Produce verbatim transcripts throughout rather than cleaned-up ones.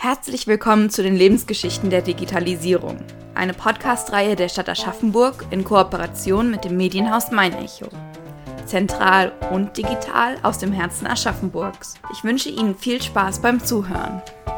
Herzlich willkommen zu den Lebensgeschichten der Digitalisierung, eine Podcast-Reihe der Stadt Aschaffenburg in Kooperation mit dem Medienhaus Mein Echo. Zentral und digital aus dem Herzen Aschaffenburgs. Ich wünsche Ihnen viel Spaß beim Zuhören.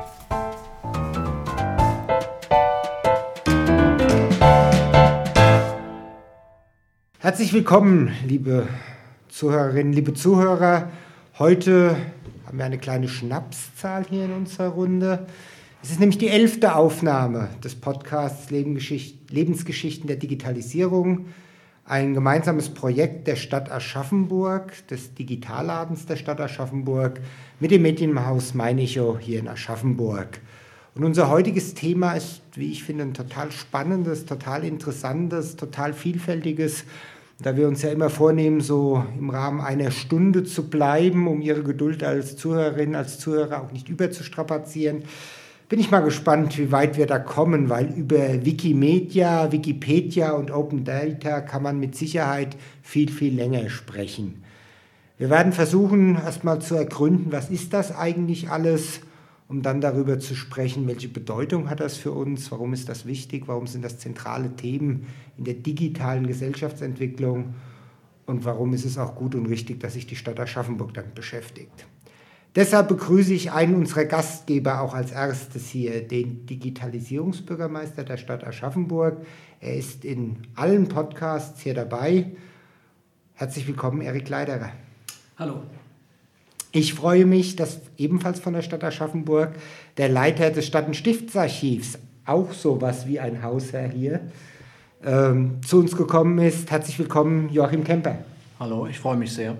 Herzlich willkommen, liebe Zuhörerinnen, liebe Zuhörer. Heute haben wir eine kleine Schnapszahl hier in unserer Runde. Es ist nämlich die elfte Aufnahme des Podcasts Lebensgeschichten der Digitalisierung, ein gemeinsames Projekt der Stadt Aschaffenburg, des Digitalladens der Stadt Aschaffenburg, mit dem Medienhaus Mein Echo hier in Aschaffenburg. Und unser heutiges Thema ist, wie ich finde, ein total spannendes, total interessantes, total vielfältiges, da wir uns ja immer vornehmen, so im Rahmen einer Stunde zu bleiben, um Ihre Geduld als Zuhörerinnen, als Zuhörer auch nicht überzustrapazieren, bin ich mal gespannt, wie weit wir da kommen, weil über Wikimedia, Wikipedia und Open Data kann man mit Sicherheit viel, viel länger sprechen. Wir werden versuchen, erstmal zu ergründen, was ist das eigentlich alles, um dann darüber zu sprechen, welche Bedeutung hat das für uns, warum ist das wichtig, warum sind das zentrale Themen in der digitalen Gesellschaftsentwicklung und warum ist es auch gut und richtig, dass sich die Stadt Aschaffenburg damit beschäftigt. Deshalb begrüße ich einen unserer Gastgeber auch als erstes hier, den Digitalisierungsbürgermeister der Stadt Aschaffenburg. Er ist in allen Podcasts hier dabei. Herzlich willkommen, Erik Leiderer. Hallo. Ich freue mich, dass ebenfalls von der Stadt Aschaffenburg der Leiter des Stadt- und Stiftsarchivs, auch sowas wie ein Hausherr hier, ähm, zu uns gekommen ist. Herzlich willkommen, Joachim Kemper. Hallo, ich freue mich sehr.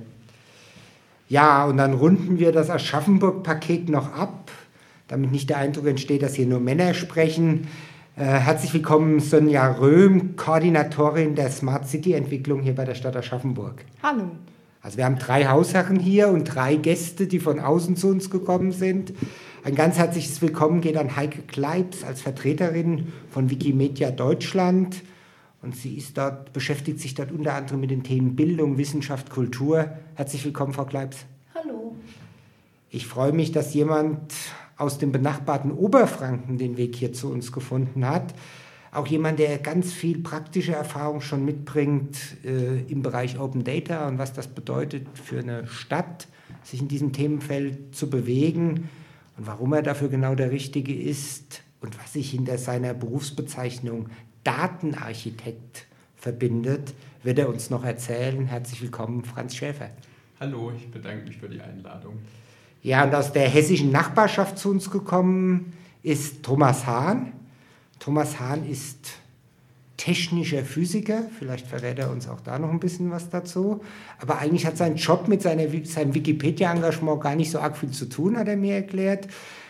Ja, und dann runden wir das Aschaffenburg-Paket noch ab, damit nicht der Eindruck entsteht, dass hier nur Männer sprechen. Äh, herzlich willkommen, Sonja Röhm, Koordinatorin der Smart City-Entwicklung hier bei der Stadt Aschaffenburg. Hallo. Also wir haben drei Hausherren hier und drei Gäste, die von außen zu uns gekommen sind. Ein ganz herzliches Willkommen geht an Heike Kleibs als Vertreterin von Wikimedia Deutschland. Und sie ist dort, beschäftigt sich dort unter anderem mit den Themen Bildung, Wissenschaft, Kultur. Herzlich willkommen, Frau Kleibs. Hallo. Ich freue mich, dass jemand aus dem benachbarten Oberfranken den Weg hier zu uns gefunden hat. Auch jemand, der ganz viel praktische Erfahrung schon mitbringt äh, im Bereich Open Data und was das bedeutet für eine Stadt, sich in diesem Themenfeld zu bewegen und warum er dafür genau der Richtige ist und was sich hinter seiner Berufsbezeichnung Datenarchitekt verbindet, wird er uns noch erzählen. Herzlich willkommen, Franz Schäfer. Hallo, ich bedanke mich für die Einladung. Ja, und aus der hessischen Nachbarschaft zu uns gekommen ist Thomas Hahn. Thomas Hahn ist technischer Physiker, vielleicht verrät er uns auch da noch ein bisschen was dazu, aber eigentlich hat sein Job mit seiner, seinem Wikipedia-Engagement gar nicht so arg viel zu tun, hat er mir erklärt.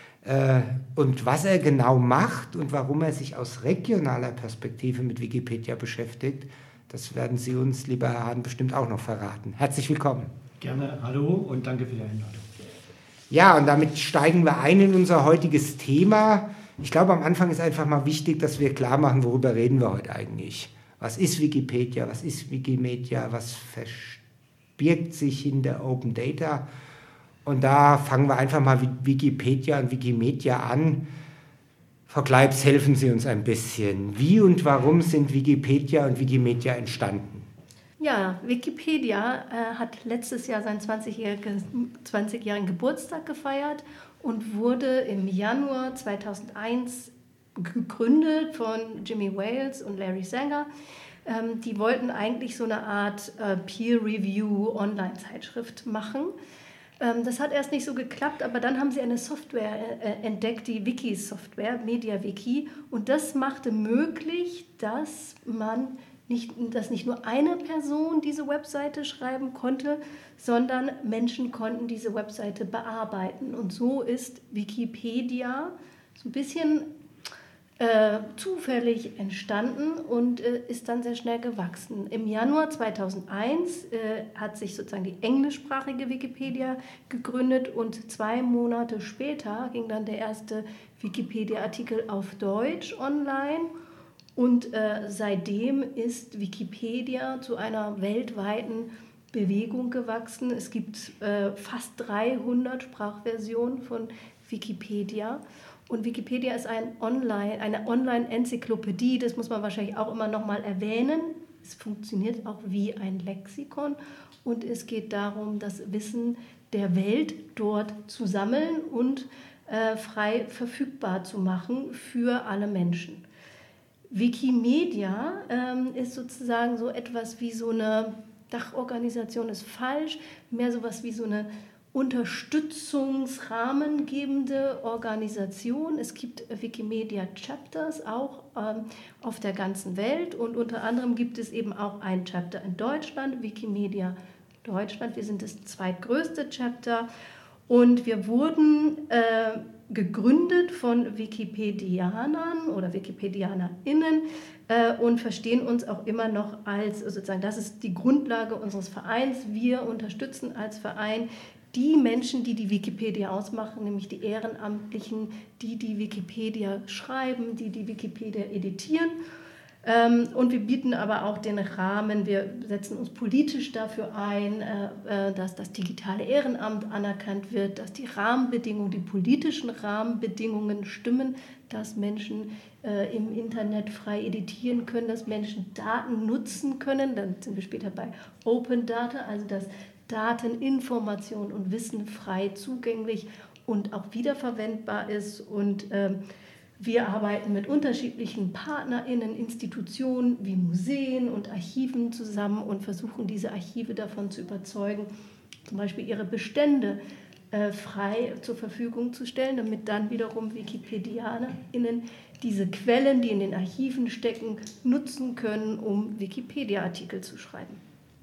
Und was er genau macht und warum er sich aus regionaler Perspektive mit Wikipedia beschäftigt, das werden Sie uns, lieber Herr Hahn, bestimmt auch noch verraten. Herzlich willkommen. Gerne, hallo und danke für die Einladung. Ja, und damit steigen wir ein in unser heutiges Thema. Ich glaube, am Anfang ist einfach mal wichtig, dass wir klar machen, worüber reden wir heute eigentlich. Was ist Wikipedia, was ist Wikimedia, was verbirgt sich hinter Open Data? Und da fangen wir einfach mal mit Wikipedia und Wikimedia an. Frau Kleibs, helfen Sie uns ein bisschen. Wie und warum sind Wikipedia und Wikimedia entstanden? Ja, Wikipedia äh, hat letztes Jahr seinen zwanzigjährigen Geburtstag gefeiert und wurde im Januar zweitausendeins gegründet von Jimmy Wales und Larry Sanger. Ähm, die wollten eigentlich so eine Art äh, Peer-Review-Online-Zeitschrift machen. Ähm, das hat erst nicht so geklappt, aber dann haben sie eine Software äh, entdeckt, die Wiki-Software, MediaWiki. Und das machte möglich, dass man nicht, dass nicht nur eine Person diese Webseite schreiben konnte, sondern Menschen konnten diese Webseite bearbeiten. Und so ist Wikipedia so ein bisschen äh, zufällig entstanden und äh, ist dann sehr schnell gewachsen. Im Januar zweitausendeins äh, hat sich sozusagen die englischsprachige Wikipedia gegründet und zwei Monate später ging dann der erste Wikipedia-Artikel auf Deutsch online. Und äh, seitdem ist Wikipedia zu einer weltweiten Bewegung gewachsen. Es gibt äh, fast dreihundert Sprachversionen von Wikipedia Und Wikipedia ist ein Online, eine Online-Enzyklopädie, das muss man wahrscheinlich auch immer noch mal erwähnen. Es funktioniert auch wie ein Lexikon und es geht darum, das Wissen der Welt dort zu sammeln und äh, frei verfügbar zu machen für alle Menschen. Wikimedia ähm, ist sozusagen so etwas wie so eine Dachorganisation, ist falsch, mehr sowas wie so eine unterstützungsrahmengebende Organisation. Es gibt Wikimedia Chapters auch ähm, auf der ganzen Welt und unter anderem gibt es eben auch ein Chapter in Deutschland, Wikimedia Deutschland. Wir sind das zweitgrößte Chapter und wir wurden äh, gegründet von Wikipedianern oder WikipedianerInnen äh, und verstehen uns auch immer noch als, sozusagen, das ist die Grundlage unseres Vereins. Wir unterstützen als Verein die Menschen, die die Wikipedia ausmachen, nämlich die Ehrenamtlichen, die die Wikipedia schreiben, die die Wikipedia editieren. Ähm, und wir bieten aber auch den Rahmen, wir setzen uns politisch dafür ein, äh, dass das digitale Ehrenamt anerkannt wird, dass die Rahmenbedingungen, die politischen Rahmenbedingungen stimmen, dass Menschen äh, im Internet frei editieren können, dass Menschen Daten nutzen können. Dann sind wir später bei Open Data, also dass Daten, Information und Wissen frei zugänglich und auch wiederverwendbar ist. Und ähm, wir arbeiten mit unterschiedlichen PartnerInnen, Institutionen wie Museen und Archiven zusammen und versuchen, diese Archive davon zu überzeugen, zum Beispiel ihre Bestände äh, frei zur Verfügung zu stellen, damit dann wiederum WikipedianerInnen diese Quellen, die in den Archiven stecken, nutzen können, um Wikipedia-Artikel zu schreiben.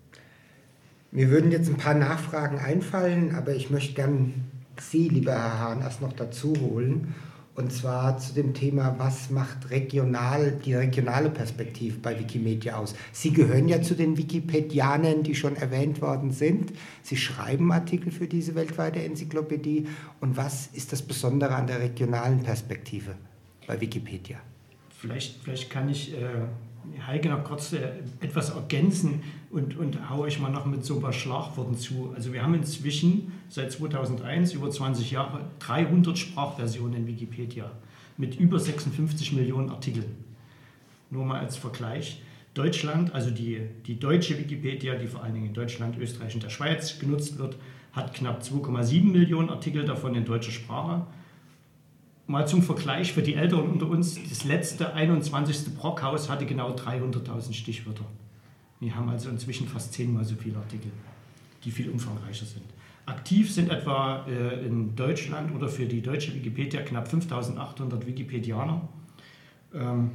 Mir würden jetzt ein paar Nachfragen einfallen, aber ich möchte gern Sie, lieber Herr Hahn, erst noch dazu holen. Und zwar zu dem Thema, was macht regional, die regionale Perspektive bei Wikimedia aus? Sie gehören ja zu den Wikipedianern, die schon erwähnt worden sind. Sie schreiben Artikel für diese weltweite Enzyklopädie. Und was ist das Besondere an der regionalen Perspektive bei Wikipedia? Vielleicht, vielleicht kann ich äh, Heike noch kurz äh, etwas ergänzen und, und haue ich mal noch mit so ein paar Schlagworten zu. Also wir haben inzwischen seit zweitausendeins, über zwanzig Jahre, dreihundert Sprachversionen in Wikipedia mit über sechsundfünfzig Millionen Artikeln. Nur mal als Vergleich. Deutschland, also die, die deutsche Wikipedia, die vor allen Dingen in Deutschland, Österreich und der Schweiz genutzt wird, hat knapp zwei Komma sieben Millionen Artikel davon in deutscher Sprache. Mal zum Vergleich für die Älteren unter uns, das letzte einundzwanzigste Brockhaus hatte genau dreihunderttausend Stichwörter. Wir haben also inzwischen fast zehnmal so viele Artikel, die viel umfangreicher sind. Aktiv sind etwa äh, in Deutschland oder für die deutsche Wikipedia knapp fünftausendachthundert Wikipedianer. Ähm,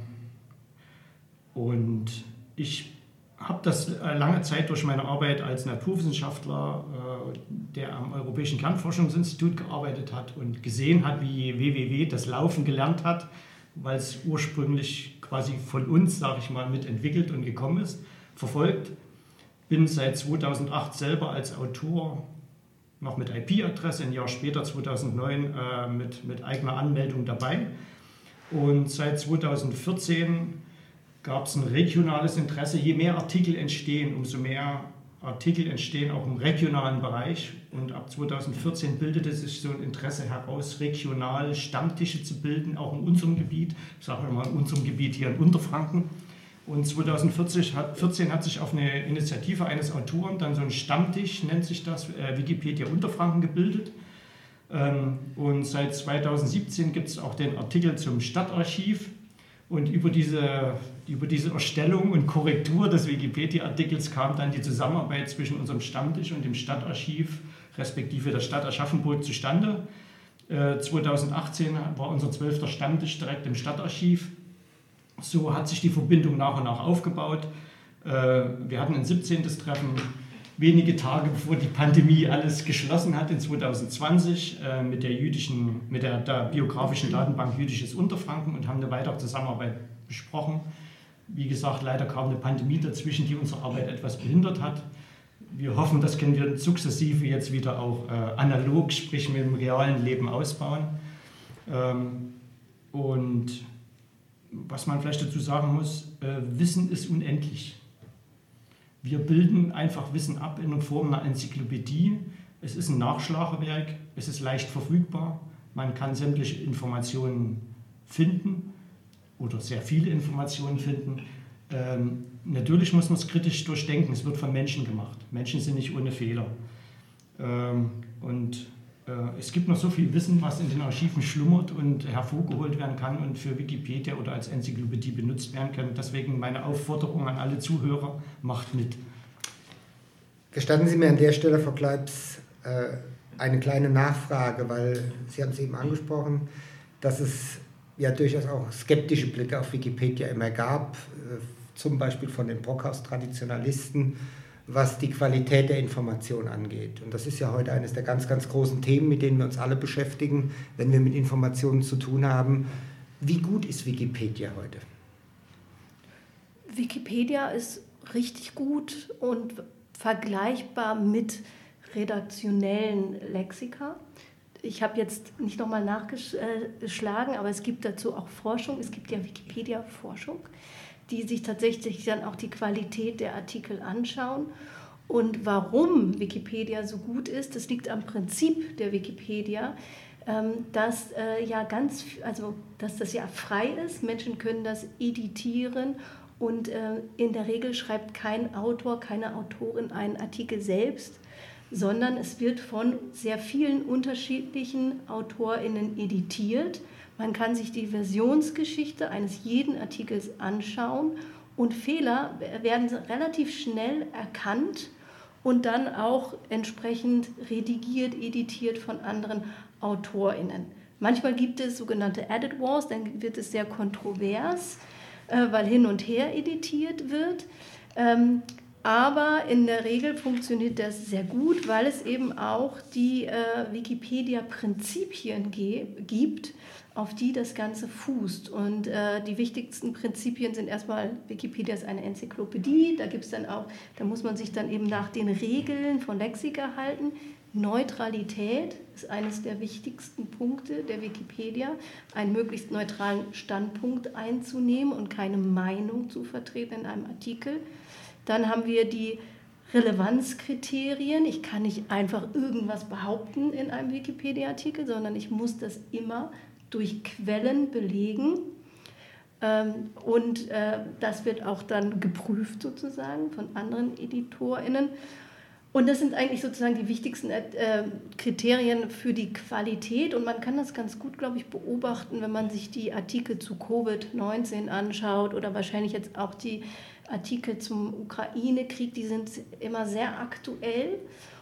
und ich habe das äh, lange Zeit durch meine Arbeit als Naturwissenschaftler, äh, der am Europäischen Kernforschungsinstitut gearbeitet hat und gesehen hat, wie W W W das Laufen gelernt hat, weil es ursprünglich quasi von uns, sage ich mal, mitentwickelt und gekommen ist, verfolgt. Bin seit zweitausendacht selber als Autor noch mit I P-Adresse, ein Jahr später, zweitausendneun, äh, mit, mit eigener Anmeldung dabei. Und seit zweitausendvierzehn gab es ein regionales Interesse. Je mehr Artikel entstehen, umso mehr Artikel entstehen auch im regionalen Bereich. Und ab zweitausendvierzehn bildete sich so ein Interesse heraus, regional Stammtische zu bilden, auch in unserem Gebiet. Ich sage mal in unserem Gebiet hier in Unterfranken. Und zweitausendvierzehn hat sich auf eine Initiative eines Autoren dann so ein Stammtisch, nennt sich das, äh, Wikipedia Unterfranken, gebildet. Ähm, und seit zweitausendsiebzehn gibt es auch den Artikel zum Stadtarchiv. Und über diese, über diese Erstellung und Korrektur des Wikipedia-Artikels kam dann die Zusammenarbeit zwischen unserem Stammtisch und dem Stadtarchiv, respektive der Stadt Aschaffenburg, zustande. Äh, zweitausendachtzehn war unser zwölfter Stammtisch direkt im Stadtarchiv. So hat sich die Verbindung nach und nach aufgebaut. Äh, wir hatten ein siebzehntes Treffen, wenige Tage bevor die Pandemie alles geschlossen hat, in zweitausendzwanzig, äh, mit der jüdischen, mit der, der biografischen Datenbank Jüdisches Unterfranken und haben eine weitere Zusammenarbeit besprochen. Wie gesagt, leider kam eine Pandemie dazwischen, die unsere Arbeit etwas behindert hat. Wir hoffen, das können wir sukzessive jetzt wieder auch äh, analog, sprich mit dem realen Leben ausbauen. Ähm, und was man vielleicht dazu sagen muss, äh, Wissen ist unendlich. Wir bilden einfach Wissen ab in der Form einer Enzyklopädie. Es ist ein Nachschlagewerk, es ist leicht verfügbar, Man kann sämtliche Informationen finden oder sehr viele Informationen finden. Ähm, natürlich muss man es kritisch durchdenken. Es wird von Menschen gemacht. Menschen sind nicht ohne Fehler. Ähm, und äh, es gibt noch so viel Wissen, was in den Archiven schlummert und hervorgeholt werden kann und für Wikipedia oder als Enzyklopädie benutzt werden kann. Deswegen meine Aufforderung an alle Zuhörer, macht mit. Gestatten Sie mir an der Stelle, Frau Kleibs, äh, eine kleine Nachfrage, weil Sie haben es eben angesprochen, dass es ja durchaus auch skeptische Blicke auf Wikipedia immer gab, äh, zum Beispiel von den Brockhaus-Traditionalisten, was die Qualität der Information angeht. Und das ist ja heute eines der ganz, ganz großen Themen, mit denen wir uns alle beschäftigen, wenn wir mit Informationen zu tun haben. Wie gut ist Wikipedia heute? Wikipedia ist richtig gut und vergleichbar mit redaktionellen Lexika. Ich habe jetzt nicht nochmal nachgeschlagen, aber es gibt dazu auch Forschung. Es gibt ja Wikipedia-Forschung, die sich tatsächlich dann auch die Qualität der Artikel anschauen. Und warum Wikipedia so gut ist, das liegt am Prinzip der Wikipedia, dass, äh, ja ganz, also, dass das ja frei ist. Menschen können das editieren und äh, in der Regel schreibt kein Autor, keine Autorin einen Artikel selbst, sondern es wird von sehr vielen unterschiedlichen AutorInnen editiert. Man kann sich die Versionsgeschichte eines jeden Artikels anschauen und Fehler werden relativ schnell erkannt und dann auch entsprechend redigiert, editiert von anderen AutorInnen. Manchmal gibt es sogenannte Edit Wars, dann wird es sehr kontrovers, äh, weil hin und her editiert wird. Ähm, aber in der Regel funktioniert das sehr gut, weil es eben auch die äh, Wikipedia-Prinzipien ge- gibt, auf die das Ganze fußt. Und äh, die wichtigsten Prinzipien sind erstmal, Wikipedia ist eine Enzyklopädie, da gibt's dann auch, da muss man sich dann eben nach den Regeln von Lexika halten. Neutralität ist eines der wichtigsten Punkte der Wikipedia, einen möglichst neutralen Standpunkt einzunehmen und keine Meinung zu vertreten in einem Artikel. Dann haben wir die Relevanzkriterien. Ich kann nicht einfach irgendwas behaupten in einem Wikipedia-Artikel, sondern ich muss das immer durch Quellen belegen. Und das wird auch dann geprüft sozusagen von anderen EditorInnen. Und das sind eigentlich sozusagen die wichtigsten äh, Kriterien für die Qualität. Und man kann das ganz gut, glaube ich, beobachten, wenn man sich die Artikel zu Covid neunzehn anschaut oder wahrscheinlich jetzt auch die Artikel zum Ukraine-Krieg. Die sind immer sehr aktuell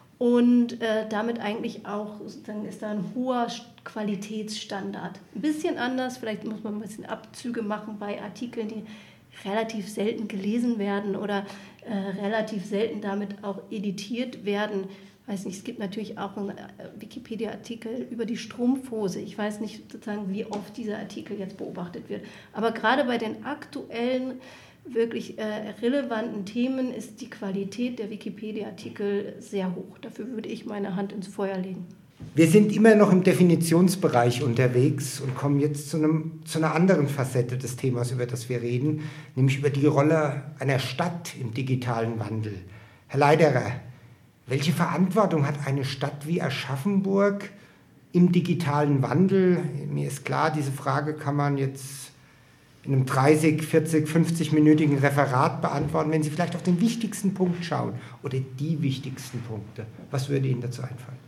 und äh, damit eigentlich auch, dann ist da ein hoher Qualitätsstandard. Ein bisschen anders, vielleicht muss man ein bisschen Abzüge machen bei Artikeln, die relativ selten gelesen werden oder äh, relativ selten damit auch editiert werden. Ich weiß nicht, es gibt natürlich auch einen Wikipedia-Artikel über die Strumpfhose. Ich weiß nicht sozusagen, wie oft dieser Artikel jetzt beobachtet wird. Aber gerade bei den aktuellen, wirklich äh, relevanten Themen ist die Qualität der Wikipedia-Artikel sehr hoch. Dafür würde ich meine Hand ins Feuer legen. Wir sind immer noch im Definitionsbereich unterwegs und kommen jetzt zu, einem, zu einer anderen Facette des Themas, über das wir reden, nämlich über die Rolle einer Stadt im digitalen Wandel. Herr Leiderer, welche Verantwortung hat eine Stadt wie Aschaffenburg im digitalen Wandel? Mir ist klar, diese Frage kann man jetzt in einem dreißig, vierzig, fünfzig-minütigen Referat beantworten, wenn Sie vielleicht auf den wichtigsten Punkt schauen oder die wichtigsten Punkte. Was würde Ihnen dazu einfallen?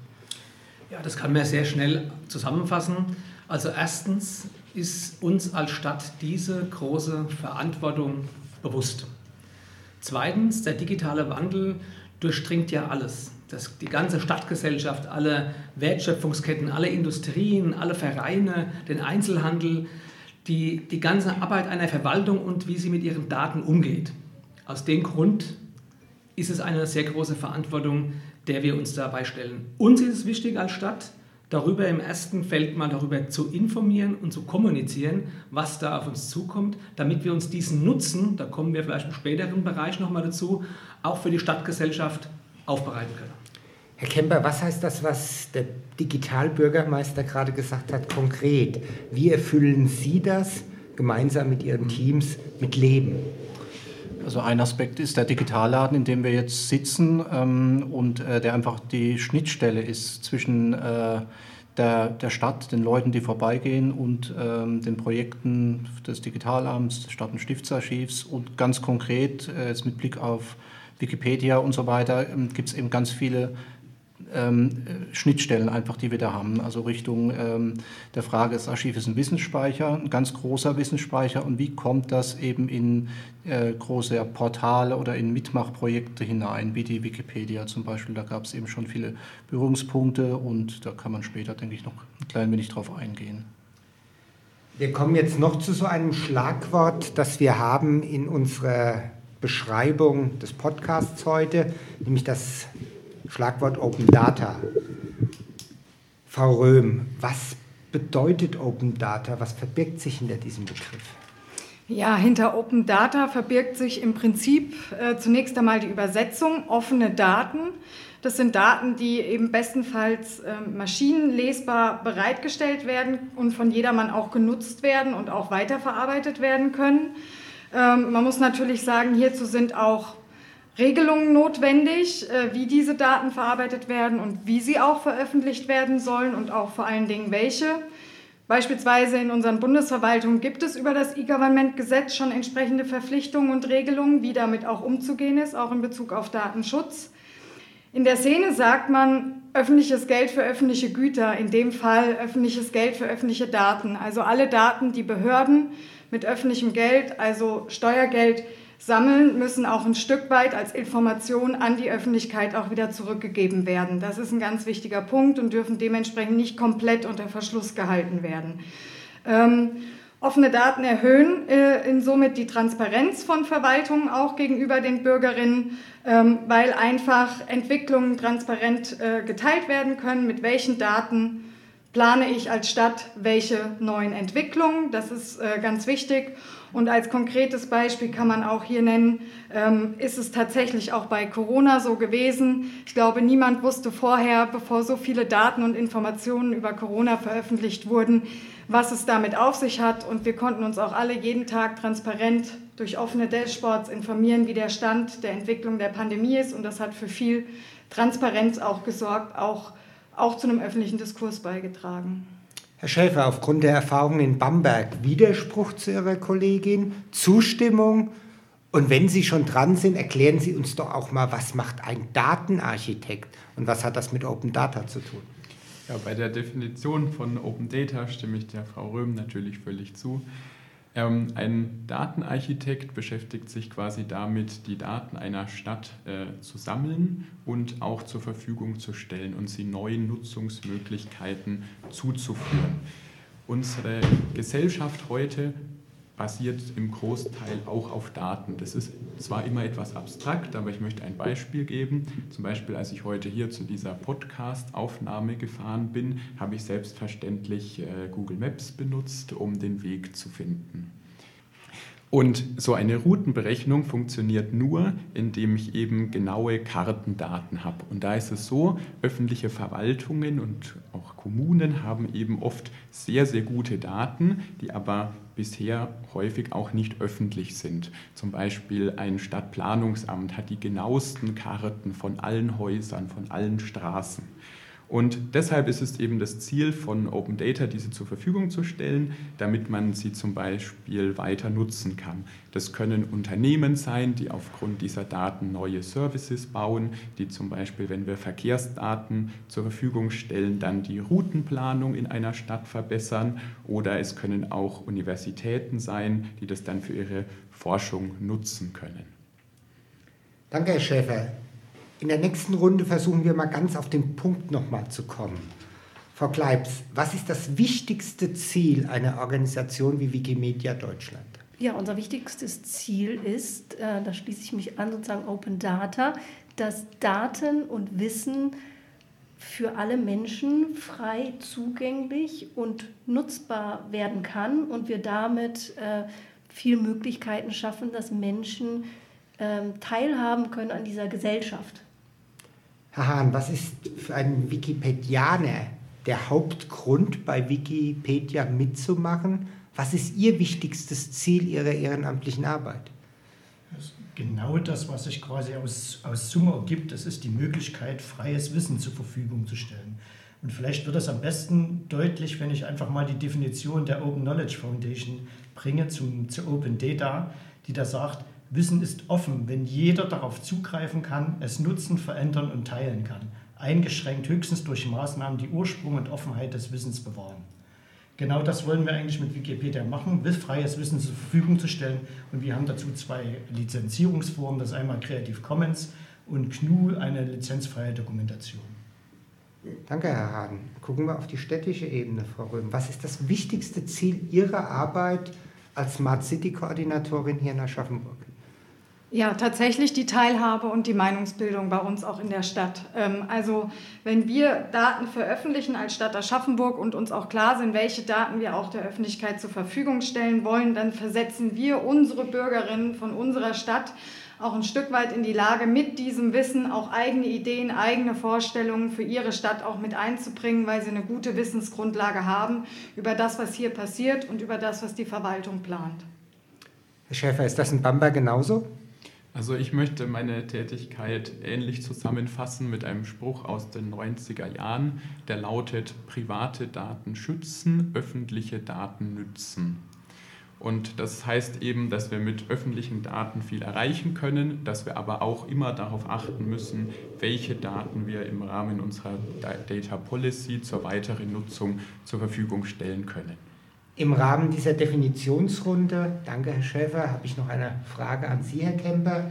Ja, das kann man sehr schnell zusammenfassen. Also erstens ist uns als Stadt diese große Verantwortung bewusst. Zweitens, der digitale Wandel durchdringt ja alles. Das, die ganze Stadtgesellschaft, alle Wertschöpfungsketten, alle Industrien, alle Vereine, den Einzelhandel, die, die ganze Arbeit einer Verwaltung und wie sie mit ihren Daten umgeht. Aus dem Grund ist es eine sehr große Verantwortung, der wir uns dabei stellen. Uns ist es wichtig als Stadt, darüber im ersten Feld mal darüber zu informieren und zu kommunizieren, was da auf uns zukommt, damit wir uns diesen Nutzen, da kommen wir vielleicht im späteren Bereich nochmal dazu, auch für die Stadtgesellschaft aufbereiten können. Herr Kemper, was heißt das, was der Digitalbürgermeister gerade gesagt hat, konkret? Wie erfüllen Sie das gemeinsam mit Ihren Teams mit Leben? Also ein Aspekt ist der Digitalladen, in dem wir jetzt sitzen ähm, und äh, der einfach die Schnittstelle ist zwischen äh, der, der Stadt, den Leuten, die vorbeigehen und ähm, den Projekten des Digitalamts, des Stadt- und Stiftsarchivs und ganz konkret äh, jetzt mit Blick auf Wikipedia und so weiter ähm, gibt es eben ganz viele Ähm, Schnittstellen einfach, die wir da haben. Also Richtung ähm, der Frage, das Archiv ist ein Wissensspeicher, ein ganz großer Wissensspeicher und wie kommt das eben in äh, große Portale oder in Mitmachprojekte hinein, wie die Wikipedia zum Beispiel. Da gab es eben schon viele Berührungspunkte und da kann man später, denke ich, noch ein klein wenig drauf eingehen. Wir kommen jetzt noch zu so einem Schlagwort, das wir haben in unserer Beschreibung des Podcasts heute, nämlich das Schlagwort Open Data. Frau Röhm, was bedeutet Open Data? Was verbirgt sich hinter diesem Begriff? Ja, hinter Open Data verbirgt sich im Prinzip äh, zunächst einmal die Übersetzung offene Daten. Das sind Daten, die eben bestenfalls äh, maschinenlesbar bereitgestellt werden und von jedermann auch genutzt werden und auch weiterverarbeitet werden können. Ähm, man muss natürlich sagen, hierzu sind auch Regelungen notwendig, wie diese Daten verarbeitet werden und wie sie auch veröffentlicht werden sollen und auch vor allen Dingen welche. Beispielsweise in unseren Bundesverwaltungen gibt es über das E-Government-Gesetz schon entsprechende Verpflichtungen und Regelungen, wie damit auch umzugehen ist, auch in Bezug auf Datenschutz. In der Szene sagt man öffentliches Geld für öffentliche Güter, in dem Fall öffentliches Geld für öffentliche Daten. Also alle Daten, die Behörden mit öffentlichem Geld, also Steuergeld, sammeln, müssen auch ein Stück weit als Information an die Öffentlichkeit auch wieder zurückgegeben werden. Das ist ein ganz wichtiger Punkt und dürfen dementsprechend nicht komplett unter Verschluss gehalten werden. Ähm, offene Daten erhöhen äh, in somit die Transparenz von Verwaltungen auch gegenüber den Bürgerinnen, ähm, weil einfach Entwicklungen transparent äh, geteilt werden können, mit welchen Daten plane ich als Stadt welche neuen Entwicklungen. Das ist äh, ganz wichtig. Und als konkretes Beispiel kann man auch hier nennen, ähm, ist es tatsächlich auch bei Corona so gewesen. Ich glaube, niemand wusste vorher, bevor so viele Daten und Informationen über Corona veröffentlicht wurden, was es damit auf sich hat. Und wir konnten uns auch alle jeden Tag transparent durch offene Dashboards informieren, wie der Stand der Entwicklung der Pandemie ist. Und das hat für viel Transparenz auch gesorgt, auch, auch zu einem öffentlichen Diskurs beigetragen. Herr Schäfer, aufgrund der Erfahrungen in Bamberg, Widerspruch zu Ihrer Kollegin, Zustimmung? Und wenn Sie schon dran sind, erklären Sie uns doch auch mal, was macht ein Datenarchitekt und was hat das mit Open Data zu tun? Ja, bei der Definition von Open Data stimme ich der Frau Röhm natürlich völlig zu. Ähm, ein Datenarchitekt beschäftigt sich quasi damit, die Daten einer Stadt äh, zu sammeln und auch zur Verfügung zu stellen und sie neuen Nutzungsmöglichkeiten zuzuführen. Unsere Gesellschaft heute basiert im Großteil auch auf Daten. Das ist zwar immer etwas abstrakt, aber ich möchte ein Beispiel geben. Zum Beispiel, als ich heute hier zu dieser Podcast-Aufnahme gefahren bin, habe ich selbstverständlich äh, Google Maps benutzt, um den Weg zu finden. Und so eine Routenberechnung funktioniert nur, indem ich eben genaue Kartendaten habe. Und da ist es so, öffentliche Verwaltungen und auch Kommunen haben eben oft sehr, sehr gute Daten, die aber bisher häufig auch nicht öffentlich sind. Zum Beispiel ein Stadtplanungsamt hat die genauesten Karten von allen Häusern, von allen Straßen. Und deshalb ist es eben das Ziel von Open Data, diese zur Verfügung zu stellen, damit man sie zum Beispiel weiter nutzen kann. Das können Unternehmen sein, die aufgrund dieser Daten neue Services bauen, die zum Beispiel, wenn wir Verkehrsdaten zur Verfügung stellen, dann die Routenplanung in einer Stadt verbessern. Oder es können auch Universitäten sein, die das dann für ihre Forschung nutzen können. Danke, Herr Schäfer. In der nächsten Runde versuchen wir mal ganz auf den Punkt nochmal zu kommen. Frau Kleibs, was ist das wichtigste Ziel einer Organisation wie Wikimedia Deutschland? Ja, unser wichtigstes Ziel ist, äh, da schließe ich mich an, sozusagen Open Data, dass Daten und Wissen für alle Menschen frei zugänglich und nutzbar werden kann und wir damit äh, viele Möglichkeiten schaffen, dass Menschen äh, teilhaben können an dieser Gesellschaft. Herr Hahn, was ist für einen Wikipedianer der Hauptgrund, bei Wikipedia mitzumachen? Was ist Ihr wichtigstes Ziel Ihrer ehrenamtlichen Arbeit? Genau das, was sich quasi aus, aus Summe ergibt, das ist die Möglichkeit, freies Wissen zur Verfügung zu stellen. Und vielleicht wird es am besten deutlich, wenn ich einfach mal die Definition der Open Knowledge Foundation bringe zum, zu Open Data, die da sagt, Wissen ist offen, wenn jeder darauf zugreifen kann, es nutzen, verändern und teilen kann. Eingeschränkt höchstens durch Maßnahmen, die Ursprung und Offenheit des Wissens bewahren. Genau das wollen wir eigentlich mit Wikipedia machen, freies Wissen zur Verfügung zu stellen. Und wir haben dazu zwei Lizenzierungsformen, das ist einmal Creative Commons und G N U, eine lizenzfreie Dokumentation. Danke, Herr Hahn. Gucken wir auf die städtische Ebene, Frau Röhm. Was ist das wichtigste Ziel Ihrer Arbeit als Smart City-Koordinatorin hier in Aschaffenburg? Ja, tatsächlich die Teilhabe und die Meinungsbildung bei uns auch in der Stadt. Also wenn wir Daten veröffentlichen als Stadt Aschaffenburg und uns auch klar sind, welche Daten wir auch der Öffentlichkeit zur Verfügung stellen wollen, dann versetzen wir unsere Bürgerinnen von unserer Stadt auch ein Stück weit in die Lage, mit diesem Wissen auch eigene Ideen, eigene Vorstellungen für ihre Stadt auch mit einzubringen, weil sie eine gute Wissensgrundlage haben über das, was hier passiert und über das, was die Verwaltung plant. Herr Schäfer, ist das in Bamberg genauso? Also ich möchte meine Tätigkeit ähnlich zusammenfassen mit einem Spruch aus den neunziger Jahren, der lautet: Private Daten schützen, öffentliche Daten nützen. Und das heißt eben, dass wir mit öffentlichen Daten viel erreichen können, dass wir aber auch immer darauf achten müssen, welche Daten wir im Rahmen unserer Data Policy zur weiteren Nutzung zur Verfügung stellen können. Im Rahmen dieser Definitionsrunde, danke Herr Schäfer, habe ich noch eine Frage an Sie, Herr Kemper.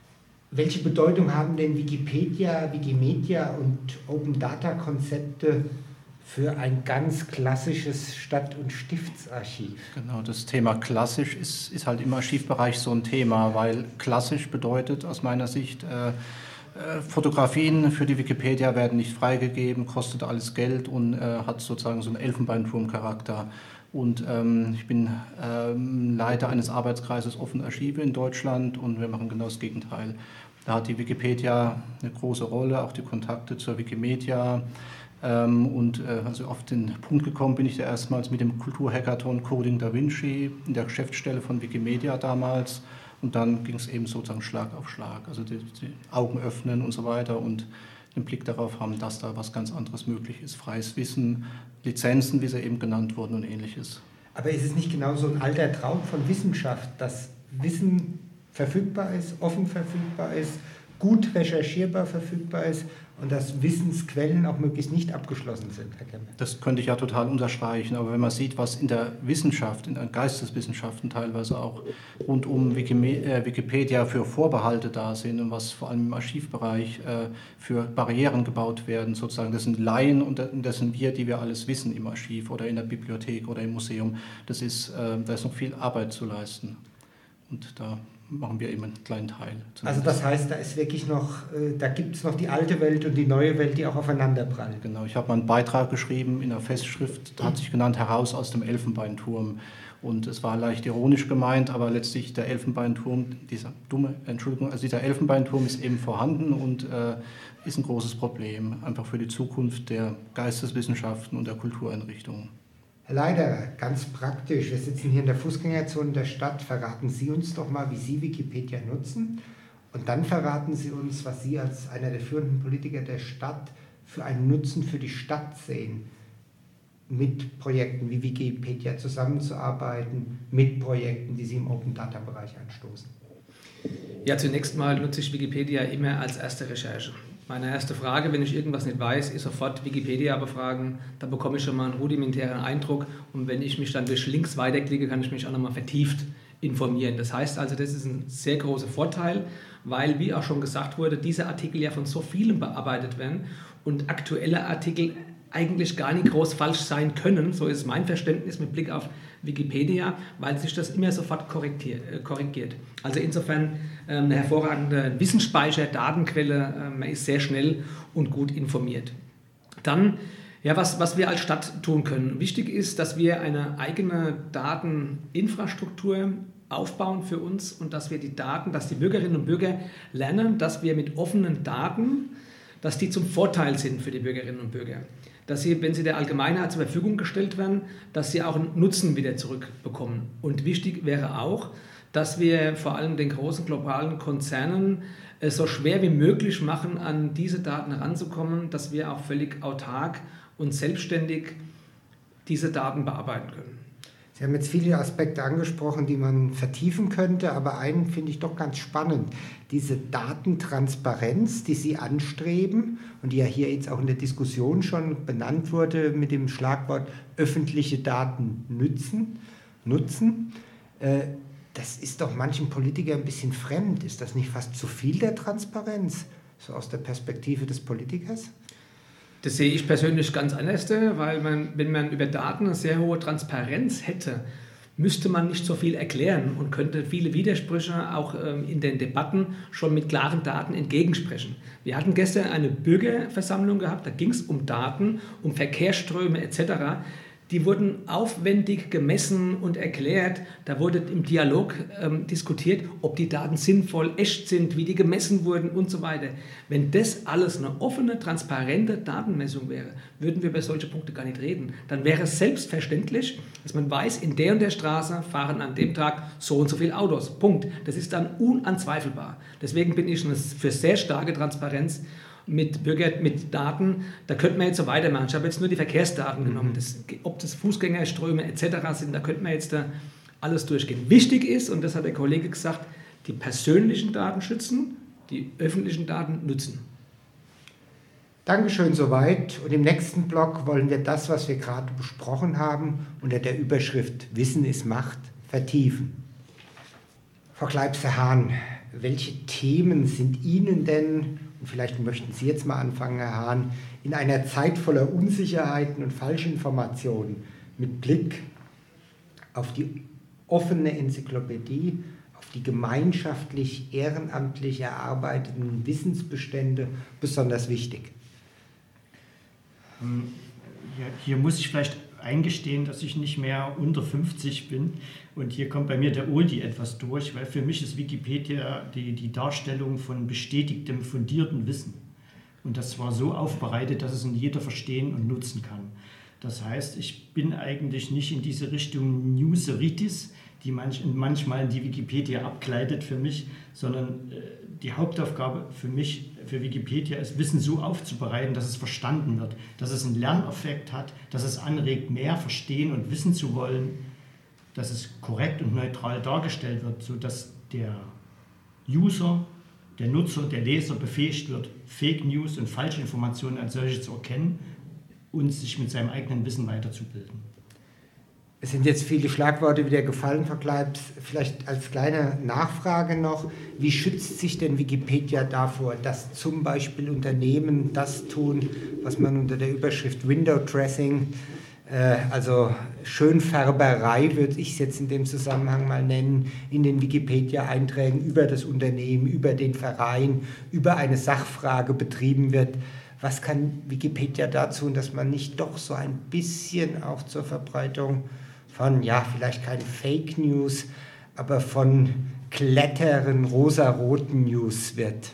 Welche Bedeutung haben denn Wikipedia, Wikimedia und Open Data Konzepte für ein ganz klassisches Stadt- und Stiftsarchiv? Genau, das Thema klassisch ist, ist halt im Archivbereich so ein Thema, weil klassisch bedeutet aus meiner Sicht, äh, äh, Fotografien für die Wikipedia werden nicht freigegeben, kostet alles Geld und äh, hat sozusagen so einen Elfenbeinturm-Charakter. Und ähm, ich bin ähm, Leiter eines Arbeitskreises Offene Archive in Deutschland und wir machen genau das Gegenteil. Da hat die Wikipedia eine große Rolle, auch die Kontakte zur Wikimedia. Ähm, und äh, also auf den Punkt gekommen bin ich da erstmals mit dem Kulturhackathon Coding Da Vinci in der Geschäftsstelle von Wikimedia damals. Und dann ging es eben sozusagen Schlag auf Schlag, also die, die Augen öffnen und so weiter und den Blick darauf haben, dass da was ganz anderes möglich ist. Freies Wissen, Lizenzen, wie sie eben genannt wurden und Ähnliches. Aber ist es nicht genau so ein alter Traum von Wissenschaft, dass Wissen verfügbar ist, offen verfügbar ist, gut recherchierbar verfügbar ist und dass Wissensquellen auch möglichst nicht abgeschlossen sind, Herr Kemper? Das könnte ich ja total unterstreichen, aber wenn man sieht, was in der Wissenschaft, in den Geisteswissenschaften teilweise auch rund um Wikipedia für Vorbehalte da sind und was vor allem im Archivbereich für Barrieren gebaut werden, sozusagen, das sind Laien und das sind wir, die wir alles wissen im Archiv oder in der Bibliothek oder im Museum, das ist, da ist noch viel Arbeit zu leisten und da machen wir eben einen kleinen Teil. Also das heißt, da ist wirklich noch, da gibt es noch die alte Welt und die neue Welt, die auch aufeinander prallen. Genau, ich habe mal einen Beitrag geschrieben in der Festschrift, hat sich genannt Heraus aus dem Elfenbeinturm. Und es war leicht ironisch gemeint, aber letztlich der Elfenbeinturm, dieser dumme, Entschuldigung, also dieser Elfenbeinturm ist eben vorhanden und äh, ist ein großes Problem, einfach für die Zukunft der Geisteswissenschaften und der Kultureinrichtungen. Herr Leiderer, ganz praktisch, wir sitzen hier in der Fußgängerzone der Stadt. Verraten Sie uns doch mal, wie Sie Wikipedia nutzen. Und dann verraten Sie uns, was Sie als einer der führenden Politiker der Stadt für einen Nutzen für die Stadt sehen, mit Projekten wie Wikipedia zusammenzuarbeiten, mit Projekten, die Sie im Open-Data-Bereich anstoßen. Ja, zunächst mal nutze ich Wikipedia immer als erste Recherche. Meine erste Frage, wenn ich irgendwas nicht weiß, ist sofort Wikipedia befragen. Da bekomme ich schon mal einen rudimentären Eindruck. Und wenn ich mich dann durch Links weiterklicke, kann ich mich auch nochmal vertieft informieren. Das heißt also, das ist ein sehr großer Vorteil, weil, wie auch schon gesagt wurde, diese Artikel ja von so vielen bearbeitet werden und aktuelle Artikel eigentlich gar nicht groß falsch sein können. So ist mein Verständnis mit Blick auf Wikipedia, weil sich das immer sofort korrigiert. Also insofern eine hervorragende Wissensspeicher, Datenquelle, man ist sehr schnell und gut informiert. Dann, ja, was, was wir als Stadt tun können. Wichtig ist, dass wir eine eigene Dateninfrastruktur aufbauen für uns und dass wir die Daten, dass die Bürgerinnen und Bürger lernen, dass wir mit offenen Daten, dass die zum Vorteil sind für die Bürgerinnen und Bürger. Dass sie, wenn sie der Allgemeinheit zur Verfügung gestellt werden, dass sie auch einen Nutzen wieder zurückbekommen. Und wichtig wäre auch, dass wir vor allem den großen globalen Konzernen es so schwer wie möglich machen, an diese Daten heranzukommen, dass wir auch völlig autark und selbstständig diese Daten bearbeiten können. Sie haben jetzt viele Aspekte angesprochen, die man vertiefen könnte, aber einen finde ich doch ganz spannend. Diese Datentransparenz, die Sie anstreben und die ja hier jetzt auch in der Diskussion schon benannt wurde mit dem Schlagwort öffentliche Daten nützen, nutzen, äh, das ist doch manchen Politikern ein bisschen fremd. Ist das nicht fast zu viel der Transparenz, so aus der Perspektive des Politikers? Das sehe ich persönlich ganz anders, weil man, wenn man über Daten eine sehr hohe Transparenz hätte, müsste man nicht so viel erklären und könnte viele Widersprüche auch in den Debatten schon mit klaren Daten entgegensprechen. Wir hatten gestern eine Bürgerversammlung gehabt, da ging es um Daten, um Verkehrsströme et cetera. Die wurden aufwendig gemessen und erklärt. Da wurde im Dialog ähm, diskutiert, ob die Daten sinnvoll, echt sind, wie die gemessen wurden und so weiter. Wenn das alles eine offene, transparente Datenmessung wäre, würden wir über solche Punkte gar nicht reden. Dann wäre es selbstverständlich, dass man weiß, in der und der Straße fahren an dem Tag so und so viele Autos. Punkt. Das ist dann unanzweifelbar. Deswegen bin ich für sehr starke Transparenz mit Bürger, mit Daten, da könnte man jetzt so weitermachen. Ich habe jetzt nur die Verkehrsdaten genommen. Das, ob das Fußgängerströme et cetera sind, da könnte man jetzt da alles durchgehen. Wichtig ist, und das hat der Kollege gesagt, die persönlichen Daten schützen, die öffentlichen Daten nutzen. Dankeschön soweit. Und im nächsten Block wollen wir das, was wir gerade besprochen haben, unter der Überschrift Wissen ist Macht vertiefen. Frau Kleibser-Hahn, welche Themen sind Ihnen denn, und vielleicht möchten Sie jetzt mal anfangen, Herr Hahn, in einer Zeit voller Unsicherheiten und Falschinformationen mit Blick auf die offene Enzyklopädie, auf die gemeinschaftlich ehrenamtlich erarbeiteten Wissensbestände besonders wichtig? Hier, hier muss ich vielleicht eingestehen, dass ich nicht mehr unter fünfzig bin. Und hier kommt bei mir der Oldie etwas durch, weil für mich ist Wikipedia die, die Darstellung von bestätigtem, fundiertem Wissen. Und das zwar so aufbereitet, dass es in jeder verstehen und nutzen kann. Das heißt, ich bin eigentlich nicht in diese Richtung Newseritis, die manch, manchmal in die Wikipedia abgleitet für mich, sondern äh, die Hauptaufgabe für mich, für Wikipedia, ist, Wissen so aufzubereiten, dass es verstanden wird, dass es einen Lerneffekt hat, dass es anregt, mehr verstehen und wissen zu wollen, dass es korrekt und neutral dargestellt wird, sodass der User, der Nutzer, der Leser befähigt wird, Fake News und falsche Informationen als solche zu erkennen und sich mit seinem eigenen Wissen weiterzubilden. Es sind jetzt viele Schlagworte wieder gefallen, Frau Kleibs. Vielleicht als kleine Nachfrage noch, wie schützt sich denn Wikipedia davor, dass zum Beispiel Unternehmen das tun, was man unter der Überschrift Window Dressing, äh, also Schönfärberei, würde ich es jetzt in dem Zusammenhang mal nennen, in den Wikipedia-Einträgen über das Unternehmen, über den Verein, über eine Sachfrage betrieben wird. Was kann Wikipedia dazu, dass man nicht doch so ein bisschen auch zur Verbreitung von, ja, vielleicht keine Fake News, aber von kletteren, rosaroten News wird?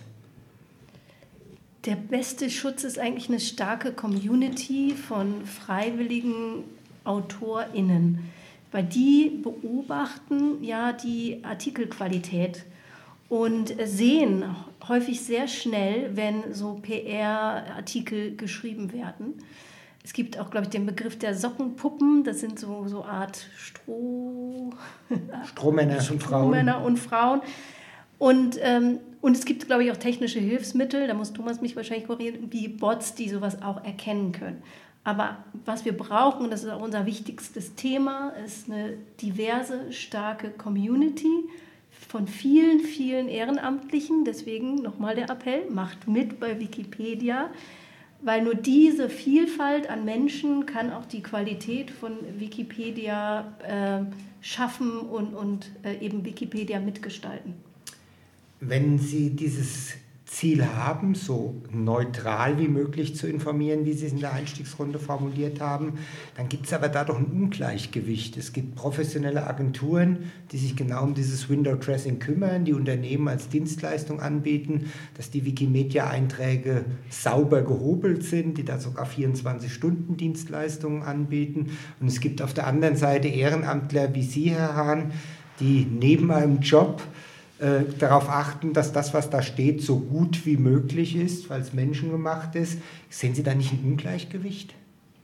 Der beste Schutz ist eigentlich eine starke Community von freiwilligen AutorInnen, weil die beobachten ja die Artikelqualität und sehen häufig sehr schnell, wenn so P R-Artikel geschrieben werden. Es gibt auch, glaube ich, den Begriff der Sockenpuppen. Das sind so so Art Stroh... Strohmänner und Frauen. Strohmänner und Frauen. Und, ähm, und es gibt, glaube ich, auch technische Hilfsmittel, da muss Thomas mich wahrscheinlich korrigieren, wie Bots, die sowas auch erkennen können. Aber was wir brauchen, und das ist auch unser wichtigstes Thema, ist eine diverse, starke Community von vielen, vielen Ehrenamtlichen. Deswegen nochmal der Appell, macht mit bei Wikipedia, weil nur diese Vielfalt an Menschen kann auch die Qualität von Wikipedia äh, schaffen und, und äh, eben Wikipedia mitgestalten. Wenn Sie dieses Ziel haben, so neutral wie möglich zu informieren, wie Sie es in der Einstiegsrunde formuliert haben, dann gibt es aber da doch ein Ungleichgewicht. Es gibt professionelle Agenturen, die sich genau um dieses Window Dressing kümmern, die Unternehmen als Dienstleistung anbieten, dass die Wikimedia-Einträge sauber gehobelt sind, die da sogar vierundzwanzig-Stunden-Dienstleistungen anbieten. Und es gibt auf der anderen Seite Ehrenamtler wie Sie, Herr Hahn, die neben einem Job Äh, darauf achten, dass das, was da steht, so gut wie möglich ist, weil es menschengemacht ist. Sehen Sie da nicht ein Ungleichgewicht?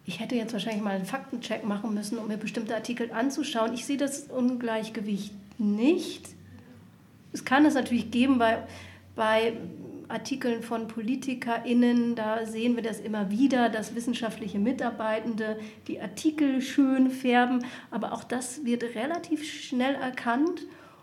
ich hätte jetzt wahrscheinlich mal einen Faktencheck machen müssen, um mir bestimmte Artikel anzuschauen. Ich sehe das Ungleichgewicht nicht. Es kann es natürlich geben bei, bei Artikeln von PolitikerInnen, da sehen wir das immer wieder, dass wissenschaftliche Mitarbeitende die Artikel schön färben, aber auch das wird relativ schnell erkannt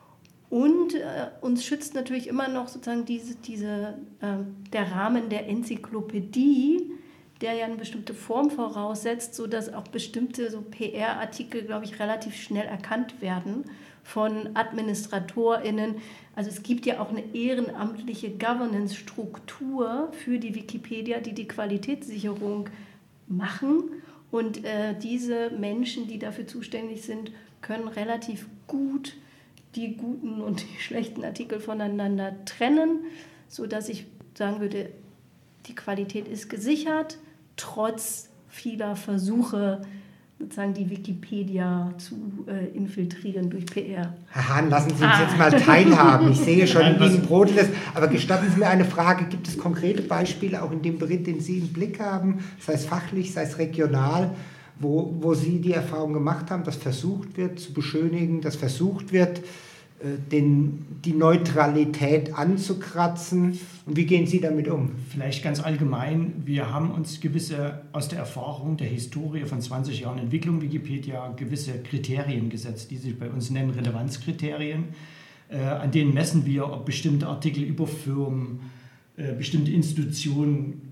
und äh, uns schützt natürlich immer noch sozusagen diese, diese, äh, der Rahmen der Enzyklopädie, der ja eine bestimmte Form voraussetzt, sodass auch bestimmte so P R-Artikel, glaube ich, relativ schnell erkannt werden von AdministratorInnen. Also es gibt ja auch eine ehrenamtliche Governance-Struktur für die Wikipedia, die die Qualitätssicherung machen. Und äh, diese Menschen, die dafür zuständig sind, können relativ gut die guten und die schlechten Artikel voneinander trennen, sodass ich sagen würde, die Qualität ist gesichert, trotz vieler Versuche, sozusagen die Wikipedia zu äh, infiltrieren durch P R. Herr Hahn, lassen Sie uns ah. jetzt mal teilhaben. Ich sehe schon, wie Ihnen brodelt es. Aber gestatten Sie mir eine Frage. Gibt es konkrete Beispiele auch in dem Bericht, den Sie im Blick haben, sei es fachlich, sei es regional, wo, wo Sie die Erfahrung gemacht haben, dass versucht wird zu beschönigen, dass versucht wird, Den, die Neutralität anzukratzen? Und wie gehen Sie damit um? Vielleicht ganz allgemein, wir haben uns gewisse, aus der Erfahrung der Historie von zwanzig Jahren Entwicklung Wikipedia, gewisse Kriterien gesetzt, die sich bei uns nennen Relevanzkriterien, äh, an denen messen wir, ob bestimmte Artikel über Firmen, äh, bestimmte Institutionen,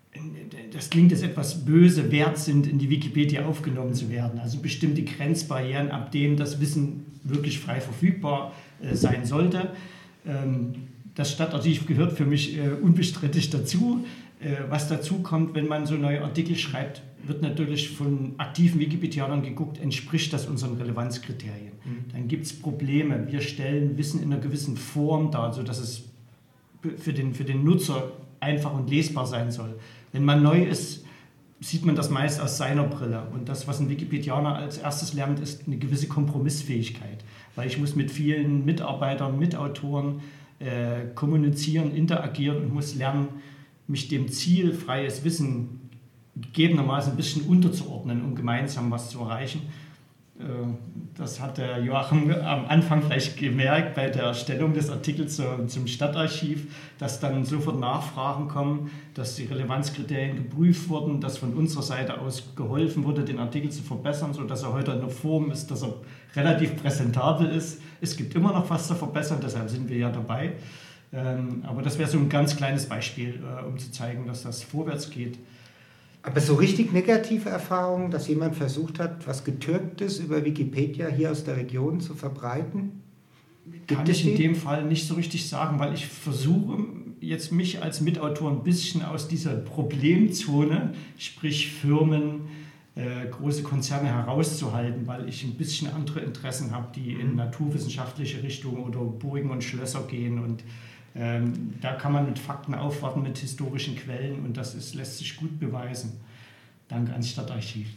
das klingt jetzt etwas böse, wert sind, in die Wikipedia aufgenommen zu werden. Also bestimmte Grenzbarrieren, ab denen das Wissen wirklich frei verfügbar äh, sein sollte. Ähm, das Stadtarchiv gehört für mich äh, unbestrittig dazu. Äh, was dazu kommt, wenn man so neue Artikel schreibt, wird natürlich von aktiven Wikipedianern geguckt, entspricht das unseren Relevanzkriterien. Mhm. Dann gibt es Probleme. Wir stellen Wissen in einer gewissen Form dar, sodass es für den, für den Nutzer einfach und lesbar sein soll. Wenn man neu ist, sieht man das meist aus seiner Brille. Und das, was ein Wikipedianer als erstes lernt, ist eine gewisse Kompromissfähigkeit. Weil ich muss mit vielen Mitarbeitern, Mitautoren äh, kommunizieren, interagieren und muss lernen, mich dem Ziel, freies Wissen gegebenermaßen ein bisschen unterzuordnen, um gemeinsam was zu erreichen. Äh, das hat der Joachim am Anfang vielleicht gemerkt bei der Erstellung des Artikels zum, zum Stadtarchiv, dass dann sofort Nachfragen kommen, dass die Relevanzkriterien geprüft wurden, dass von unserer Seite aus geholfen wurde, den Artikel zu verbessern, sodass er heute in der Form ist, dass er relativ präsentabel ist. Es gibt immer noch was zu verbessern, deshalb sind wir ja dabei. Ähm, aber das wäre so ein ganz kleines Beispiel, äh, um zu zeigen, dass das vorwärts geht. Aber so richtig negative Erfahrungen, dass jemand versucht hat, was Getürktes über Wikipedia hier aus der Region zu verbreiten? Gibt Kann ich in dem Fall nicht so richtig sagen, weil ich versuche jetzt mich als Mitautor ein bisschen aus dieser Problemzone, sprich Firmen, äh, große Konzerne herauszuhalten, weil ich ein bisschen andere Interessen habe, die in naturwissenschaftliche Richtung oder Burgen und Schlösser gehen und Ähm, da kann man mit Fakten aufwarten, mit historischen Quellen und das ist, lässt sich gut beweisen. Danke ans Stadtarchiv.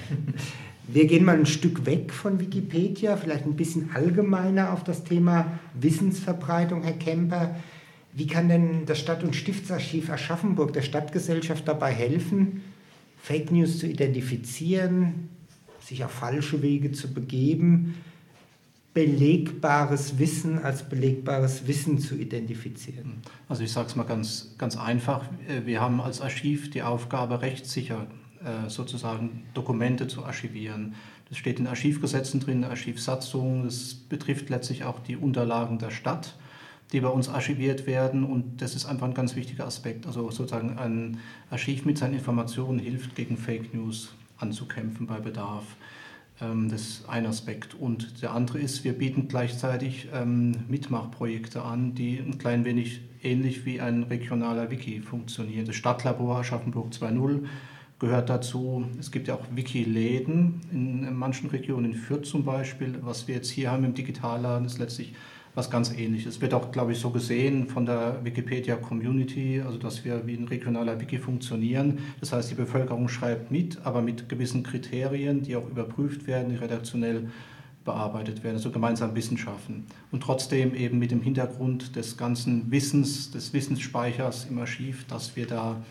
Wir gehen mal ein Stück weg von Wikipedia, vielleicht ein bisschen allgemeiner auf das Thema Wissensverbreitung, Herr Kemper. Wie kann denn das Stadt- und Stiftsarchiv Aschaffenburg der Stadtgesellschaft dabei helfen, Fake News zu identifizieren, sich auf falsche Wege zu begeben, belegbares Wissen als belegbares Wissen zu identifizieren? Also ich sage es mal ganz, ganz einfach. Wir haben als Archiv die Aufgabe, rechtssicher äh, sozusagen Dokumente zu archivieren. Das steht in Archivgesetzen drin, Archivsatzung. Das betrifft letztlich auch die Unterlagen der Stadt, die bei uns archiviert werden. Und das ist einfach ein ganz wichtiger Aspekt. Also sozusagen ein Archiv mit seinen Informationen hilft, gegen Fake News anzukämpfen bei Bedarf. Das ist ein Aspekt. Und der andere ist, wir bieten gleichzeitig ähm, Mitmachprojekte an, die ein klein wenig ähnlich wie ein regionaler Wiki funktionieren. Das Stadtlabor Aschaffenburg zwei Punkt null gehört dazu. Es gibt ja auch Wiki-Läden in, in manchen Regionen, in Fürth zum Beispiel. Was wir jetzt hier haben im Digitalladen, ist letztlich was ganz Ähnliches. Wird auch, glaube ich, so gesehen von der Wikipedia-Community, also dass wir wie ein regionaler Wiki funktionieren. Das heißt, die Bevölkerung schreibt mit, aber mit gewissen Kriterien, die auch überprüft werden, die redaktionell bearbeitet werden, also gemeinsam Wissen schaffen. Und trotzdem eben mit dem Hintergrund des ganzen Wissens, des Wissensspeichers im Archiv, dass wir da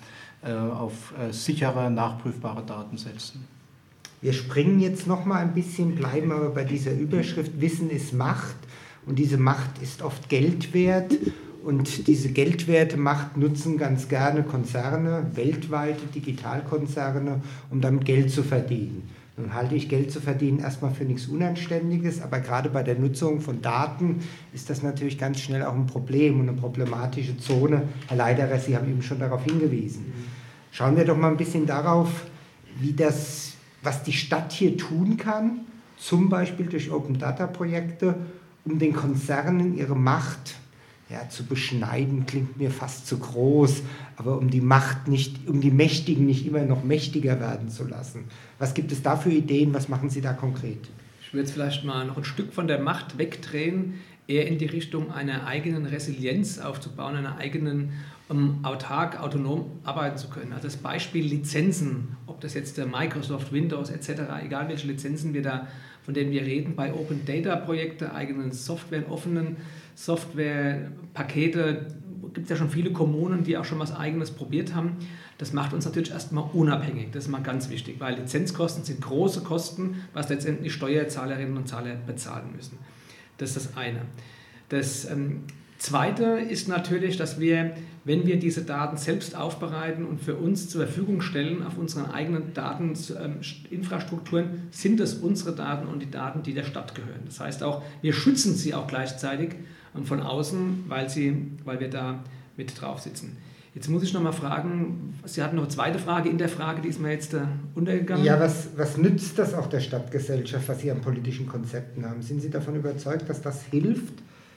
äh, auf äh, sichere, nachprüfbare Daten setzen. Wir springen jetzt noch mal ein bisschen, bleiben aber bei dieser Überschrift, Wissen ist Macht, und diese Macht ist oft Geld wert, und diese geldwerte Macht nutzen ganz gerne Konzerne, weltweite Digitalkonzerne, um damit Geld zu verdienen. Nun halte ich Geld zu verdienen erstmal für nichts Unanständiges, aber gerade bei der Nutzung von Daten ist das natürlich ganz schnell auch ein Problem und eine problematische Zone. Herr Leiderer, Sie haben eben schon darauf hingewiesen. Schauen wir doch mal ein bisschen darauf, wie das, was die Stadt hier tun kann, zum Beispiel durch Open-Data-Projekte, um den Konzernen ihre Macht ja, zu beschneiden, klingt mir fast zu groß, aber um die Macht nicht, um die Mächtigen nicht immer noch mächtiger werden zu lassen. Was gibt es da für Ideen? Was machen Sie da konkret? Ich würde jetzt vielleicht mal noch ein Stück von der Macht wegdrehen, eher in die Richtung einer eigenen Resilienz aufzubauen, einer eigenen, um autark, autonom arbeiten zu können. Also das Beispiel Lizenzen, ob das jetzt der Microsoft, Windows et cetera, egal welche Lizenzen wir da, von denen wir reden, bei Open Data Projekte, eigenen Software, offenen Softwarepakete, gibt es ja schon viele Kommunen, die auch schon was Eigenes probiert haben. Das macht uns natürlich erstmal unabhängig, das ist mal ganz wichtig, weil Lizenzkosten sind große Kosten, was letztendlich Steuerzahlerinnen und Zahler bezahlen müssen. Das ist das eine. Das ähm, Zweite ist natürlich, dass wir, wenn wir diese Daten selbst aufbereiten und für uns zur Verfügung stellen auf unseren eigenen Dateninfrastrukturen, ähm, sind es unsere Daten und die Daten, die der Stadt gehören. Das heißt auch, wir schützen sie auch gleichzeitig und von außen, weil, sie, weil wir da mit drauf sitzen. Jetzt muss ich noch mal fragen, Sie hatten noch eine zweite Frage in der Frage, die ist mir jetzt äh, untergegangen. Ja, was, was nützt das auch der Stadtgesellschaft, was Sie an politischen Konzepten haben? Sind Sie davon überzeugt, dass das hilft,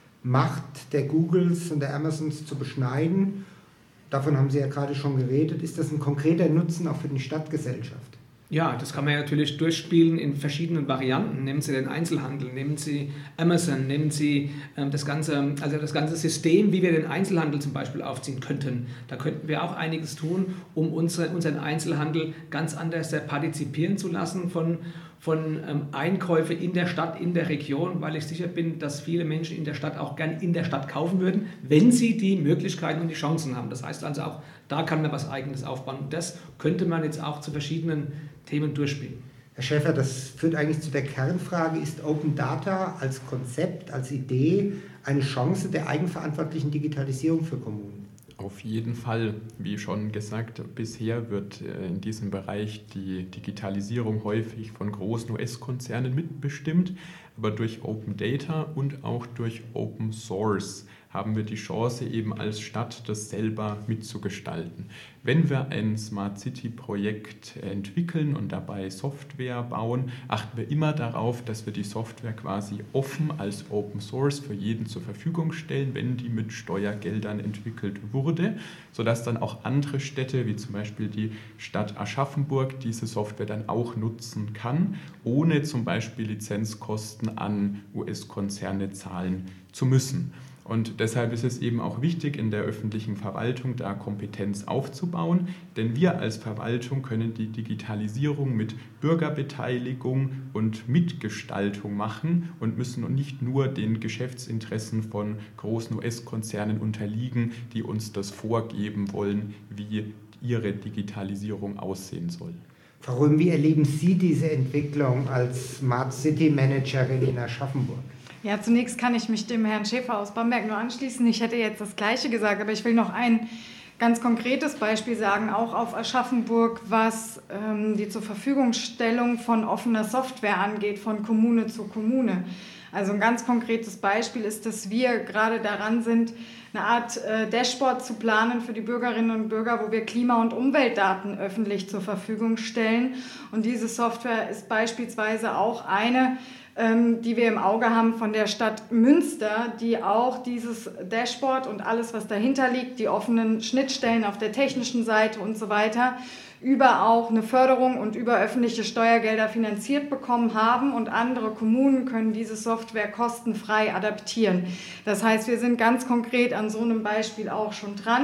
Macht der Googles und der Amazons zu beschneiden? Davon haben Sie ja gerade schon geredet. Ist das ein konkreter Nutzen auch für die Stadtgesellschaft? Ja, das kann man ja natürlich durchspielen in verschiedenen Varianten. Nehmen Sie den Einzelhandel, nehmen Sie Amazon, nehmen Sie ähm, das ganze, also das ganze System, wie wir den Einzelhandel zum Beispiel aufziehen könnten. Da könnten wir auch einiges tun, um unsere, unseren Einzelhandel ganz anders partizipieren zu lassen von, von ähm, Einkäufe in der Stadt, in der Region, weil ich sicher bin, dass viele Menschen in der Stadt auch gern in der Stadt kaufen würden, wenn sie die Möglichkeiten und die Chancen haben. Das heißt also auch, da kann man was Eigenes aufbauen. Und das könnte man jetzt auch zu verschiedenen Themen durchspielen. Herr Schäfer, das führt eigentlich zu der Kernfrage, ist Open Data als Konzept, als Idee eine Chance der eigenverantwortlichen Digitalisierung für Kommunen? Auf jeden Fall, wie schon gesagt, bisher wird in diesem Bereich die Digitalisierung häufig von großen U S-Konzernen mitbestimmt, aber durch Open Data und auch durch Open Source haben wir die Chance, eben als Stadt das selber mitzugestalten. Wenn wir ein Smart City Projekt entwickeln und dabei Software bauen, achten wir immer darauf, dass wir die Software quasi offen als Open Source für jeden zur Verfügung stellen, wenn die mit Steuergeldern entwickelt wurde, sodass dann auch andere Städte, wie zum Beispiel die Stadt Aschaffenburg, diese Software dann auch nutzen kann, ohne zum Beispiel Lizenzkosten an U S-Konzerne zahlen zu müssen. Und deshalb ist es eben auch wichtig, in der öffentlichen Verwaltung da Kompetenz aufzubauen, denn wir als Verwaltung können die Digitalisierung mit Bürgerbeteiligung und Mitgestaltung machen und müssen nicht nur den Geschäftsinteressen von großen U S-Konzernen unterliegen, die uns das vorgeben wollen, wie ihre Digitalisierung aussehen soll. Frau Röhm, wie erleben Sie diese Entwicklung als Smart City Managerin in Aschaffenburg? Ja, zunächst kann ich mich dem Herrn Schäfer aus Bamberg nur anschließen. Ich hätte jetzt das Gleiche gesagt, aber ich will noch ein ganz konkretes Beispiel sagen, auch auf Aschaffenburg, was ähm, die zur Verfügungstellung von offener Software angeht, von Kommune zu Kommune. Also ein ganz konkretes Beispiel ist, dass wir gerade daran sind, eine Art äh, Dashboard zu planen für die Bürgerinnen und Bürger, wo wir Klima- und Umweltdaten öffentlich zur Verfügung stellen. Und diese Software ist beispielsweise auch eine, die wir im Auge haben von der Stadt Münster, die auch dieses Dashboard und alles, was dahinter liegt, die offenen Schnittstellen auf der technischen Seite und so weiter, über auch eine Förderung und über öffentliche Steuergelder finanziert bekommen haben, und andere Kommunen können diese Software kostenfrei adaptieren. Das heißt, wir sind ganz konkret an so einem Beispiel auch schon dran,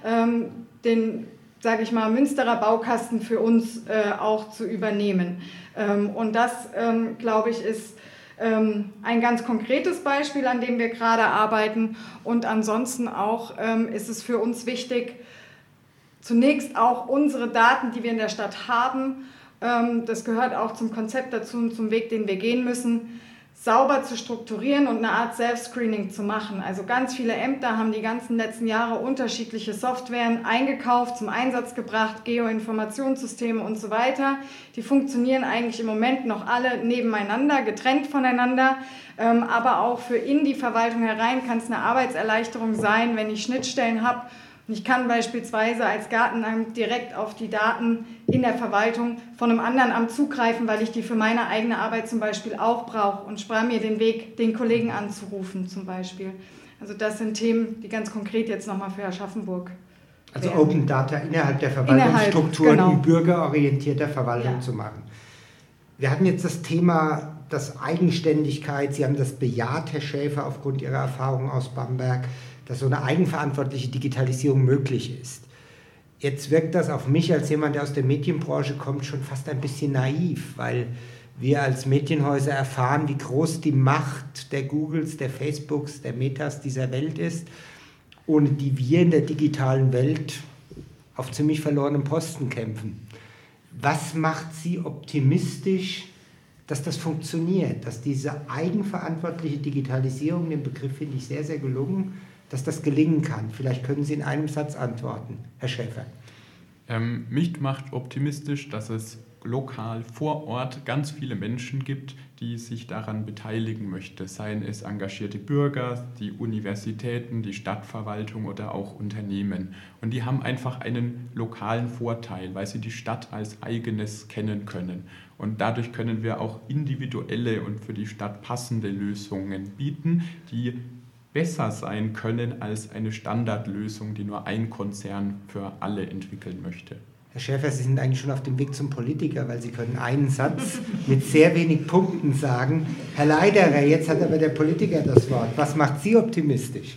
den, sage ich mal, Münsterer Baukasten für uns auch zu übernehmen. Und das, glaube ich, ist ein ganz konkretes Beispiel, an dem wir gerade arbeiten. Und ansonsten auch ist es für uns wichtig, zunächst auch unsere Daten, die wir in der Stadt haben, ähm, das gehört auch zum Konzept dazu und zum Weg, den wir gehen müssen, sauber zu strukturieren und eine Art Self-Screening zu machen. Also ganz viele Ämter haben die ganzen letzten Jahre unterschiedliche Softwaren eingekauft, zum Einsatz gebracht, Geoinformationssysteme und so weiter. Die funktionieren eigentlich im Moment noch alle nebeneinander, getrennt voneinander. Ähm, aber auch für in die Verwaltung herein kann es eine Arbeitserleichterung sein, wenn ich Schnittstellen habe. Und ich kann beispielsweise als Gartenamt direkt auf die Daten in der Verwaltung von einem anderen Amt zugreifen, weil ich die für meine eigene Arbeit zum Beispiel auch brauche und spare mir den Weg, den Kollegen anzurufen zum Beispiel. Also das sind Themen, die ganz konkret jetzt nochmal für Aschaffenburg Also wären. Open Data innerhalb der Verwaltungsstrukturen, Innerhalb, genau. um bürgerorientierter Verwaltung Ja. zu machen. Wir hatten jetzt das Thema, das Eigenständigkeit. Sie haben das bejaht, Herr Schäfer, aufgrund Ihrer Erfahrung aus Bamberg, dass so eine eigenverantwortliche Digitalisierung möglich ist. Jetzt wirkt das auf mich als jemand, der aus der Medienbranche kommt, schon fast ein bisschen naiv, weil wir als Medienhäuser erfahren, wie groß die Macht der Googles, der Facebooks, der Metas dieser Welt ist, ohne die wir in der digitalen Welt auf ziemlich verlorenem Posten kämpfen. Was macht Sie optimistisch, dass das funktioniert, dass diese eigenverantwortliche Digitalisierung, den Begriff finde ich sehr, sehr gelungen, dass das gelingen kann? Vielleicht können Sie in einem Satz antworten, Herr Schäfer. Ähm, mich macht optimistisch, dass es lokal vor Ort ganz viele Menschen gibt, die sich daran beteiligen möchten, seien es engagierte Bürger, die Universitäten, die Stadtverwaltung oder auch Unternehmen. Und die haben einfach einen lokalen Vorteil, weil sie die Stadt als eigenes kennen können. Und dadurch können wir auch individuelle und für die Stadt passende Lösungen bieten, die besser sein können als eine Standardlösung, die nur ein Konzern für alle entwickeln möchte. Herr Schäfer, Sie sind eigentlich schon auf dem Weg zum Politiker, weil Sie können einen Satz mit sehr wenig Punkten sagen. Herr Leiderer, jetzt hat aber der Politiker das Wort. Was macht Sie optimistisch?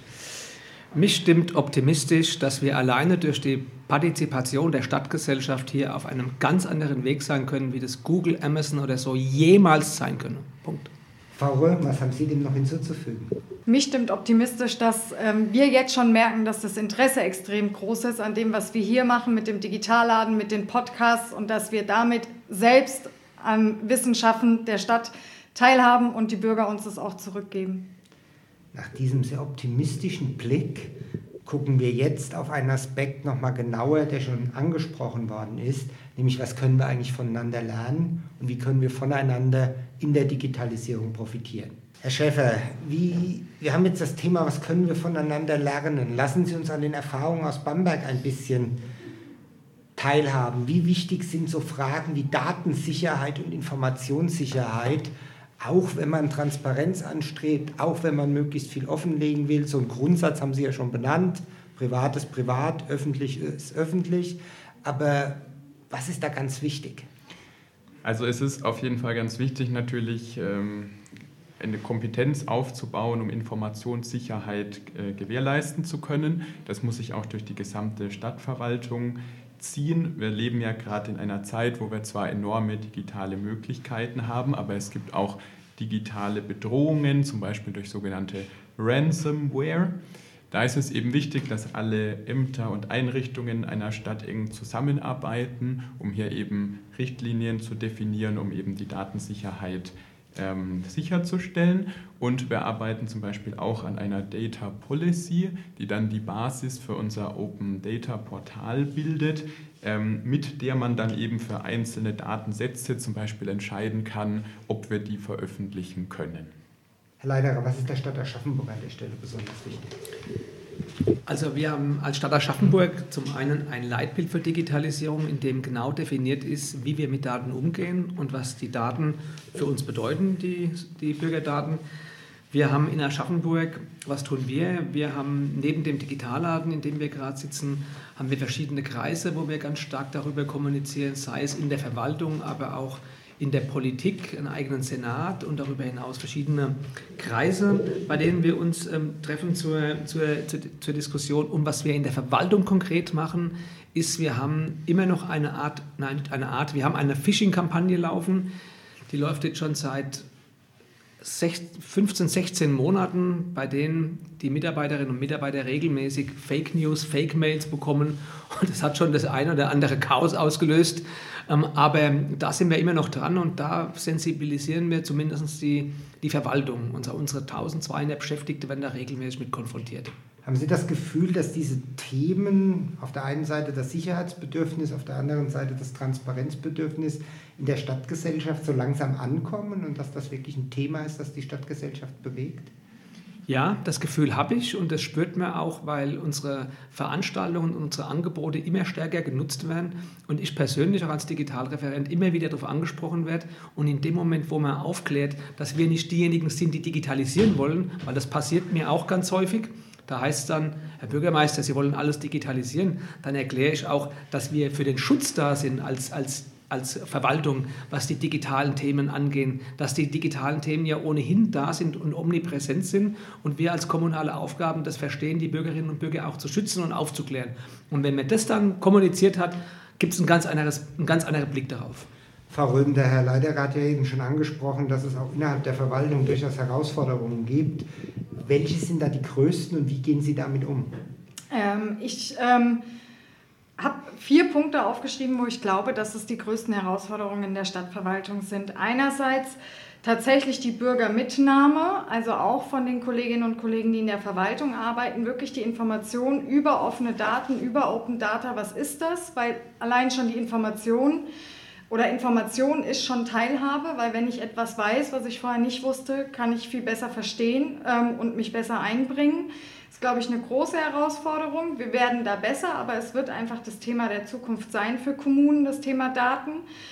Mich stimmt optimistisch, dass wir alleine durch die Partizipation der Stadtgesellschaft hier auf einem ganz anderen Weg sein können, wie das Google, Amazon oder so jemals sein können. Punkt. Frau Röhm, was haben Sie dem noch hinzuzufügen? Mich stimmt optimistisch, dass ähm, wir jetzt schon merken, dass das Interesse extrem groß ist an dem, was wir hier machen mit dem Digitalladen, mit den Podcasts und dass wir damit selbst am Wissen schaffen der Stadt teilhaben und die Bürger uns das auch zurückgeben. Nach diesem sehr optimistischen Blick gucken wir jetzt auf einen Aspekt noch mal genauer, der schon angesprochen worden ist, nämlich was können wir eigentlich voneinander lernen und wie können wir voneinander in der Digitalisierung profitieren. Herr Schäfer, wie, wir haben jetzt das Thema, was können wir voneinander lernen? Lassen Sie uns an den Erfahrungen aus Bamberg ein bisschen teilhaben. Wie wichtig sind so Fragen wie Datensicherheit und Informationssicherheit, auch wenn man Transparenz anstrebt, auch wenn man möglichst viel offenlegen will? So einen Grundsatz haben Sie ja schon benannt, privat ist privat, öffentlich ist öffentlich, aber was ist da ganz wichtig? Also es ist auf jeden Fall ganz wichtig natürlich, eine Kompetenz aufzubauen, um Informationssicherheit gewährleisten zu können. Das muss sich auch durch die gesamte Stadtverwaltung ziehen. Wir leben ja gerade in einer Zeit, wo wir zwar enorme digitale Möglichkeiten haben, aber es gibt auch digitale Bedrohungen, zum Beispiel durch sogenannte Ransomware. Da ist es eben wichtig, dass alle Ämter und Einrichtungen einer Stadt eng zusammenarbeiten, um hier eben Richtlinien zu definieren, um eben die Datensicherheit ähm, sicherzustellen. Und wir arbeiten zum Beispiel auch an einer Data Policy, die dann die Basis für unser Open Data Portal bildet, ähm, mit der man dann eben für einzelne Datensätze zum Beispiel entscheiden kann, ob wir die veröffentlichen können. Herr Leiderer, was ist der Stadt Aschaffenburg an der Stelle besonders wichtig? Also wir haben als Stadt Aschaffenburg zum einen ein Leitbild für Digitalisierung, in dem genau definiert ist, wie wir mit Daten umgehen und was die Daten für uns bedeuten, die, die Bürgerdaten. Wir haben in Aschaffenburg, was tun wir? Wir haben neben dem Digitalladen, in dem wir gerade sitzen, haben wir verschiedene Kreise, wo wir ganz stark darüber kommunizieren, sei es in der Verwaltung, aber auch in der Politik, einen eigenen Senat und darüber hinaus verschiedene Kreise, bei denen wir uns ähm, treffen zur, zur, zur, zur Diskussion. Und was wir in der Verwaltung konkret machen, ist, wir haben immer noch eine Art, nein, eine Art, wir haben eine Phishing-Kampagne laufen, die läuft jetzt schon seit fünfzehn, sechzehn Monaten, bei denen die Mitarbeiterinnen und Mitarbeiter regelmäßig Fake News, Fake Mails bekommen. Und das hat schon das eine oder andere Chaos ausgelöst. Aber da sind wir immer noch dran und da sensibilisieren wir zumindest die, die Verwaltung. Unsere, unsere eintausendzweihundert Beschäftigte werden da regelmäßig mit konfrontiert. Haben Sie das Gefühl, dass diese Themen, auf der einen Seite das Sicherheitsbedürfnis, auf der anderen Seite das Transparenzbedürfnis in der Stadtgesellschaft so langsam ankommen und dass das wirklich ein Thema ist, das die Stadtgesellschaft bewegt? Ja, das Gefühl habe ich und das spürt man auch, weil unsere Veranstaltungen und unsere Angebote immer stärker genutzt werden und ich persönlich auch als Digitalreferent immer wieder darauf angesprochen werde und in dem Moment, wo man aufklärt, dass wir nicht diejenigen sind, die digitalisieren wollen, weil das passiert mir auch ganz häufig, da heißt es dann, Herr Bürgermeister, Sie wollen alles digitalisieren, dann erkläre ich auch, dass wir für den Schutz da sind als, als als Verwaltung, was die digitalen Themen angehen, dass die digitalen Themen ja ohnehin da sind und omnipräsent sind und wir als kommunale Aufgaben das verstehen, die Bürgerinnen und Bürger auch zu schützen und aufzuklären. Und wenn man das dann kommuniziert hat, gibt es einen ganz anderes, einen ganz anderen Blick darauf. Frau Röhm, der Herr Leiderer hat ja eben schon angesprochen, dass es auch innerhalb der Verwaltung durchaus Herausforderungen gibt. Welche sind da die größten und wie gehen Sie damit um? Ähm, ich... Ähm habe vier Punkte aufgeschrieben, wo ich glaube, dass es die größten Herausforderungen in der Stadtverwaltung sind. Einerseits tatsächlich die Bürgermitnahme, also auch von den Kolleginnen und Kollegen, die in der Verwaltung arbeiten, wirklich die Information über offene Daten, über Open Data, was ist das? Weil allein schon die Information oder Information ist schon Teilhabe, weil wenn ich etwas weiß, was ich vorher nicht wusste, kann ich viel besser verstehen ähm, und mich besser einbringen. Das ist, glaube ich, eine große Herausforderung. Wir werden da besser, aber es wird einfach das Thema der Zukunft sein für Kommunen, das Thema Daten.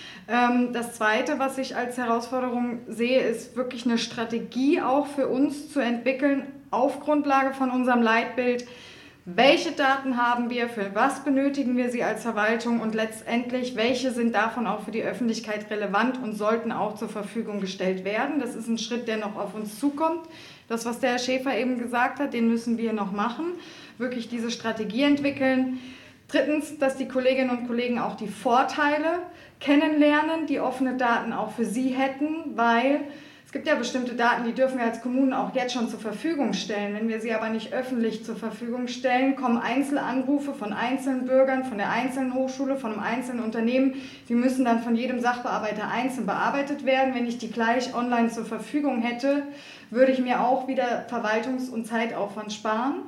Das Zweite, was ich als Herausforderung sehe, ist wirklich eine Strategie auch für uns zu entwickeln, auf Grundlage von unserem Leitbild. Welche Daten haben wir, für was benötigen wir sie als Verwaltung und letztendlich, welche sind davon auch für die Öffentlichkeit relevant und sollten auch zur Verfügung gestellt werden. Das ist ein Schritt, der noch auf uns zukommt. Das, was der Herr Schäfer eben gesagt hat, den müssen wir noch machen, wirklich diese Strategie entwickeln. Drittens, dass die Kolleginnen und Kollegen auch die Vorteile kennenlernen, die offene Daten auch für sie hätten, weil es gibt ja bestimmte Daten, die dürfen wir als Kommunen auch jetzt schon zur Verfügung stellen. Wenn wir sie aber nicht öffentlich zur Verfügung stellen, kommen Einzelanrufe von einzelnen Bürgern, von der einzelnen Hochschule, von einem einzelnen Unternehmen. Die müssen dann von jedem Sachbearbeiter einzeln bearbeitet werden. Wenn ich die gleich online zur Verfügung hätte, würde ich mir auch wieder Verwaltungs- und Zeitaufwand sparen.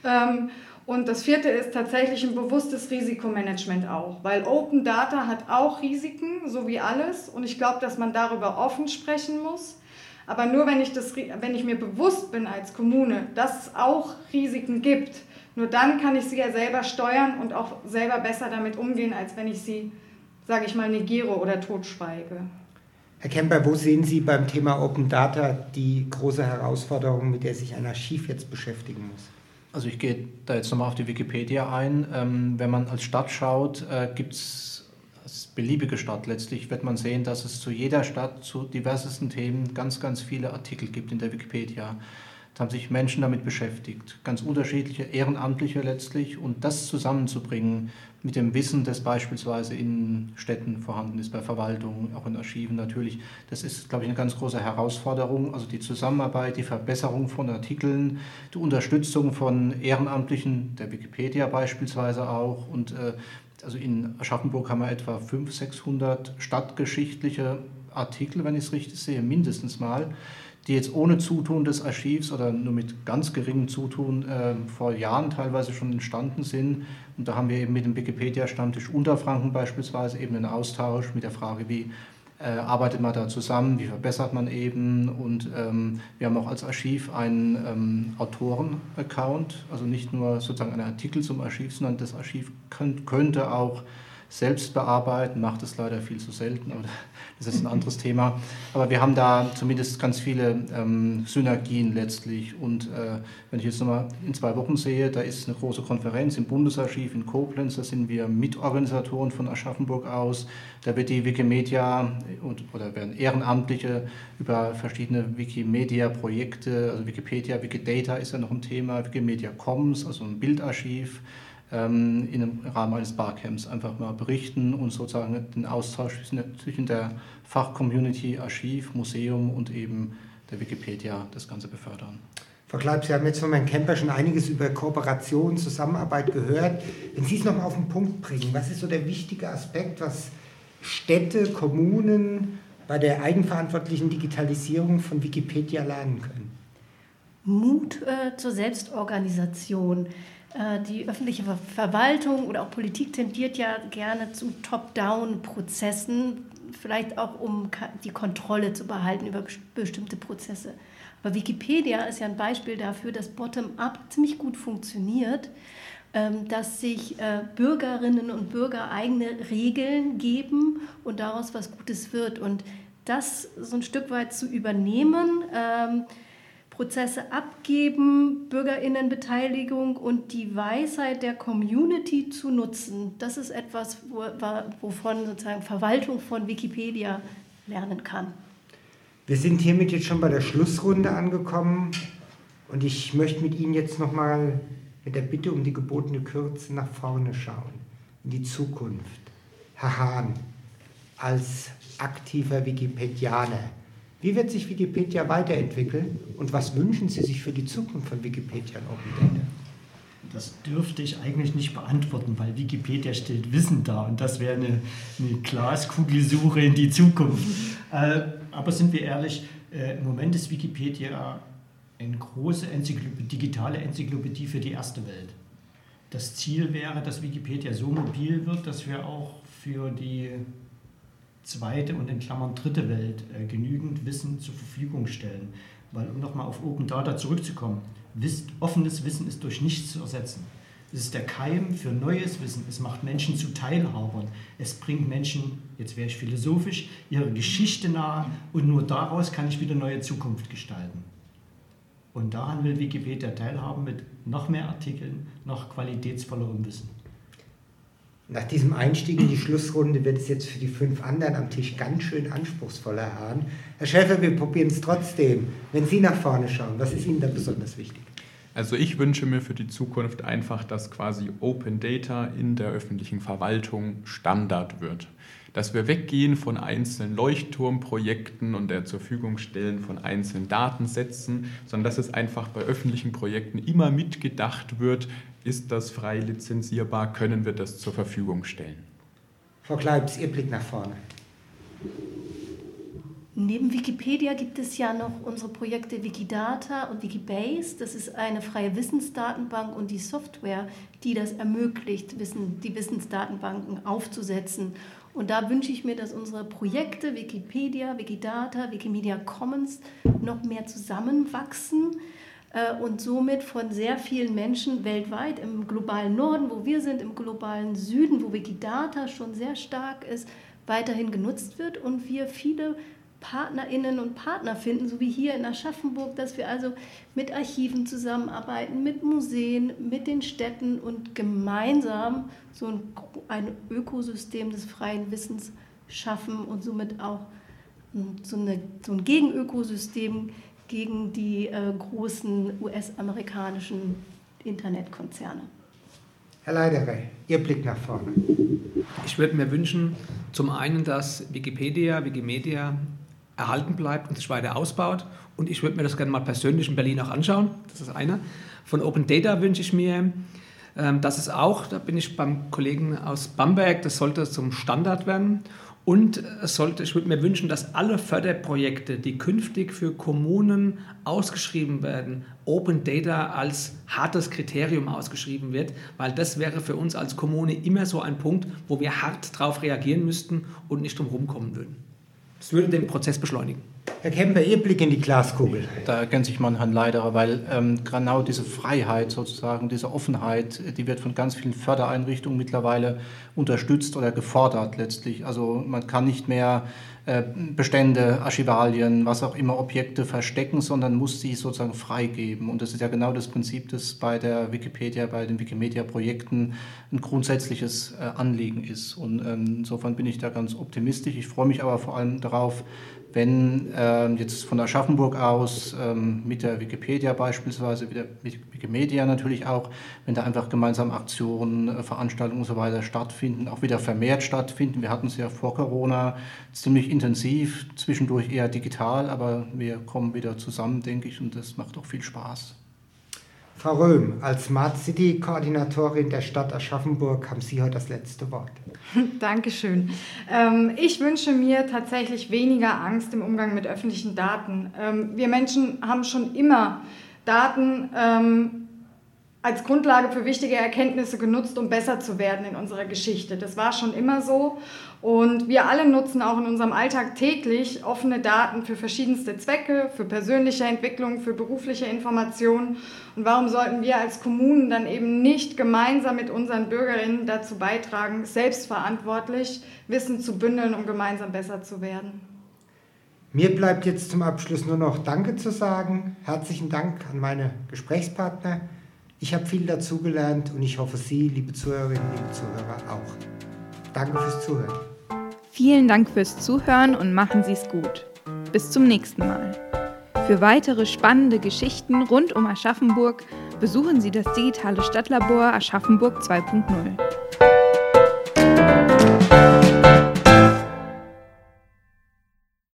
Und das vierte ist tatsächlich ein bewusstes Risikomanagement auch, weil Open Data hat auch Risiken, so wie alles. Und ich glaube, dass man darüber offen sprechen muss. Aber nur wenn ich, das, wenn ich mir bewusst bin als Kommune, dass es auch Risiken gibt, nur dann kann ich sie ja selber steuern und auch selber besser damit umgehen, als wenn ich sie, sage ich mal, negiere oder totschweige. Herr Kemper, wo sehen Sie beim Thema Open Data die große Herausforderung, mit der sich ein Archiv jetzt beschäftigen muss? Also ich gehe da jetzt nochmal auf die Wikipedia ein. Ähm, wenn man als Stadt schaut, äh, gibt es als beliebige Stadt letztlich, wird man sehen, dass es zu jeder Stadt zu diversesten Themen ganz, ganz viele Artikel gibt in der Wikipedia. Da haben sich Menschen damit beschäftigt, ganz unterschiedliche, ehrenamtliche letztlich. Und das zusammenzubringen mit dem Wissen, das beispielsweise in Städten vorhanden ist, bei Verwaltungen, auch in Archiven natürlich, das ist, glaube ich, eine ganz große Herausforderung. Also die Zusammenarbeit, die Verbesserung von Artikeln, die Unterstützung von Ehrenamtlichen, der Wikipedia beispielsweise auch. Und äh, also in Aschaffenburg haben wir etwa fünfhundert, sechshundert stadtgeschichtliche Artikel, wenn ich es richtig sehe, mindestens mal, die jetzt ohne Zutun des Archivs oder nur mit ganz geringem Zutun äh, vor Jahren teilweise schon entstanden sind. Und da haben wir eben mit dem Wikipedia-Stammtisch Unterfranken beispielsweise eben einen Austausch mit der Frage, wie äh, arbeitet man da zusammen, wie verbessert man eben. Und ähm, wir haben auch als Archiv einen ähm, Autoren-Account, also nicht nur sozusagen einen Artikel zum Archiv, sondern das Archiv könnt, könnte auch selbst bearbeiten, macht es leider viel zu selten, aber das ist ein anderes Thema. Aber wir haben da zumindest ganz viele ähm, Synergien letztlich. Und äh, wenn ich jetzt nochmal in zwei Wochen sehe, da ist eine große Konferenz im Bundesarchiv in Koblenz, da sind wir Mitorganisatoren von Aschaffenburg aus. Da wird die Wikimedia und, oder werden Ehrenamtliche über verschiedene Wikimedia-Projekte, also Wikipedia, Wikidata ist ja noch ein Thema, Wikimedia Commons, also ein Bildarchiv, in einem Rahmen eines Barcamps einfach mal berichten und sozusagen den Austausch zwischen der Fachcommunity, Archiv, Museum und eben der Wikipedia das Ganze befördern. Frau Kleib, Sie haben jetzt von Herrn Kemper schon einiges über Kooperation, Zusammenarbeit gehört. Wenn Sie es noch mal auf den Punkt bringen, was ist so der wichtige Aspekt, was Städte, Kommunen bei der eigenverantwortlichen Digitalisierung von Wikipedia lernen können? Mut äh, zur Selbstorganisation. Äh, die öffentliche Ver- Verwaltung oder auch Politik tendiert ja gerne zu Top-Down-Prozessen, vielleicht auch um ka- die Kontrolle zu behalten über bes- bestimmte Prozesse. Aber Wikipedia ist ja ein Beispiel dafür, dass Bottom-up ziemlich gut funktioniert, ähm, dass sich äh, Bürgerinnen und Bürger eigene Regeln geben und daraus was Gutes wird. Und das so ein Stück weit zu übernehmen, ähm, Prozesse abgeben, BürgerInnenbeteiligung und die Weisheit der Community zu nutzen, das ist etwas, wo, wovon sozusagen Verwaltung von Wikipedia lernen kann. Wir sind hiermit jetzt schon bei der Schlussrunde angekommen und ich möchte mit Ihnen jetzt nochmal mit der Bitte um die gebotene Kürze nach vorne schauen, in die Zukunft. Herr Hahn, als aktiver Wikipedianer, wie wird sich Wikipedia weiterentwickeln und was wünschen Sie sich für die Zukunft von Wikipedia und Open Data? Das dürfte ich eigentlich nicht beantworten, weil Wikipedia stellt Wissen dar und das wäre eine, eine Glaskugelsuche in die Zukunft. Äh, aber sind wir ehrlich, äh, im Moment ist Wikipedia eine große Enzyklopädie, digitale Enzyklopädie für die erste Welt. Das Ziel wäre, dass Wikipedia so mobil wird, dass wir auch für die zweite und in Klammern dritte Welt äh, genügend Wissen zur Verfügung stellen. Weil, um nochmal auf Open Data zurückzukommen, Wiss, offenes Wissen ist durch nichts zu ersetzen. Es ist der Keim für neues Wissen. Es macht Menschen zu Teilhabern. Es bringt Menschen, jetzt wäre ich philosophisch, ihre Geschichte nahe und nur daraus kann ich wieder neue Zukunft gestalten. Und daran will Wikipedia teilhaben mit noch mehr Artikeln, noch qualitätsvollerem Wissen. Nach diesem Einstieg in die Schlussrunde wird es jetzt für die fünf anderen am Tisch ganz schön anspruchsvoll, Herr Hahn. Herr Schäfer, wir probieren es trotzdem. Wenn Sie nach vorne schauen, was ist Ihnen da besonders wichtig? Also ich wünsche mir für die Zukunft einfach, dass quasi Open Data in der öffentlichen Verwaltung Standard wird. Dass wir weggehen von einzelnen Leuchtturmprojekten und der zur Verfügung stellen von einzelnen Datensätzen, sondern dass es einfach bei öffentlichen Projekten immer mitgedacht wird, ist das frei lizenzierbar, können wir das zur Verfügung stellen. Frau Kleibs, Ihr Blick nach vorne. Neben Wikipedia gibt es ja noch unsere Projekte Wikidata und Wikibase. Das ist eine freie Wissensdatenbank und die Software, die das ermöglicht, Wissen, die Wissensdatenbanken aufzusetzen. Und da wünsche ich mir, dass unsere Projekte Wikipedia, Wikidata, Wikimedia Commons noch mehr zusammenwachsen äh, und somit von sehr vielen Menschen weltweit im globalen Norden, wo wir sind, im globalen Süden, wo Wikidata schon sehr stark ist, weiterhin genutzt wird und wir viele PartnerInnen und Partner finden, so wie hier in Aschaffenburg, dass wir also mit Archiven zusammenarbeiten, mit Museen, mit den Städten und gemeinsam so ein, ein Ökosystem des freien Wissens schaffen und somit auch so, eine, so ein Gegenökosystem gegen die äh, großen U S-amerikanischen Internetkonzerne. Herr Leiderer, Ihr Blick nach vorne. Ich würde mir wünschen, zum einen, dass Wikipedia, Wikimedia erhalten bleibt und sich weiter ausbaut. Und ich würde mir das gerne mal persönlich in Berlin auch anschauen. Das ist einer. Von Open Data wünsche ich mir, dass es auch, da bin ich beim Kollegen aus Bamberg, das sollte zum Standard werden. Und es sollte, ich würde mir wünschen, dass alle Förderprojekte, die künftig für Kommunen ausgeschrieben werden, Open Data als hartes Kriterium ausgeschrieben wird, weil das wäre für uns als Kommune immer so ein Punkt, wo wir hart darauf reagieren müssten und nicht drum rumkommen würden. Das würde den Prozess beschleunigen. Herr Kemper, Ihr Blick in die Glaskugel. Da ergänze ich mal Herrn Leiderer, weil ähm, genau diese Freiheit sozusagen, diese Offenheit, die wird von ganz vielen Fördereinrichtungen mittlerweile unterstützt oder gefordert letztlich. Also man kann nicht mehr äh, Bestände, Archivalien, was auch immer, Objekte verstecken, sondern muss sie sozusagen freigeben. Und das ist ja genau das Prinzip, das bei der Wikipedia, bei den Wikimedia-Projekten ein grundsätzliches äh, Anliegen ist. Und ähm, insofern bin ich da ganz optimistisch. Ich freue mich aber vor allem darauf, wenn äh, jetzt von Aschaffenburg aus ähm, mit der Wikipedia beispielsweise, mit der Wikimedia natürlich auch, wenn da einfach gemeinsam Aktionen, äh, Veranstaltungen und so weiter stattfinden, auch wieder vermehrt stattfinden. Wir hatten es ja vor Corona ziemlich intensiv, zwischendurch eher digital, aber wir kommen wieder zusammen, denke ich, und das macht auch viel Spaß. Frau Röhm, als Smart City-Koordinatorin der Stadt Aschaffenburg haben Sie heute das letzte Wort. Dankeschön. Ähm, ich wünsche mir tatsächlich weniger Angst im Umgang mit öffentlichen Daten. Ähm, wir Menschen haben schon immer Daten ähm, als Grundlage für wichtige Erkenntnisse genutzt, um besser zu werden in unserer Geschichte. Das war schon immer so. Und wir alle nutzen auch in unserem Alltag täglich offene Daten für verschiedenste Zwecke, für persönliche Entwicklung, für berufliche Informationen. Und warum sollten wir als Kommunen dann eben nicht gemeinsam mit unseren BürgerInnen dazu beitragen, selbstverantwortlich Wissen zu bündeln, um gemeinsam besser zu werden? Mir bleibt jetzt zum Abschluss nur noch Danke zu sagen. Herzlichen Dank an meine Gesprächspartner. Ich habe viel dazugelernt und ich hoffe, Sie, liebe Zuhörerinnen, liebe Zuhörer, auch. Danke fürs Zuhören. Vielen Dank fürs Zuhören und machen Sie es gut. Bis zum nächsten Mal. Für weitere spannende Geschichten rund um Aschaffenburg besuchen Sie das digitale Stadtlabor Aschaffenburg zwei punkt null.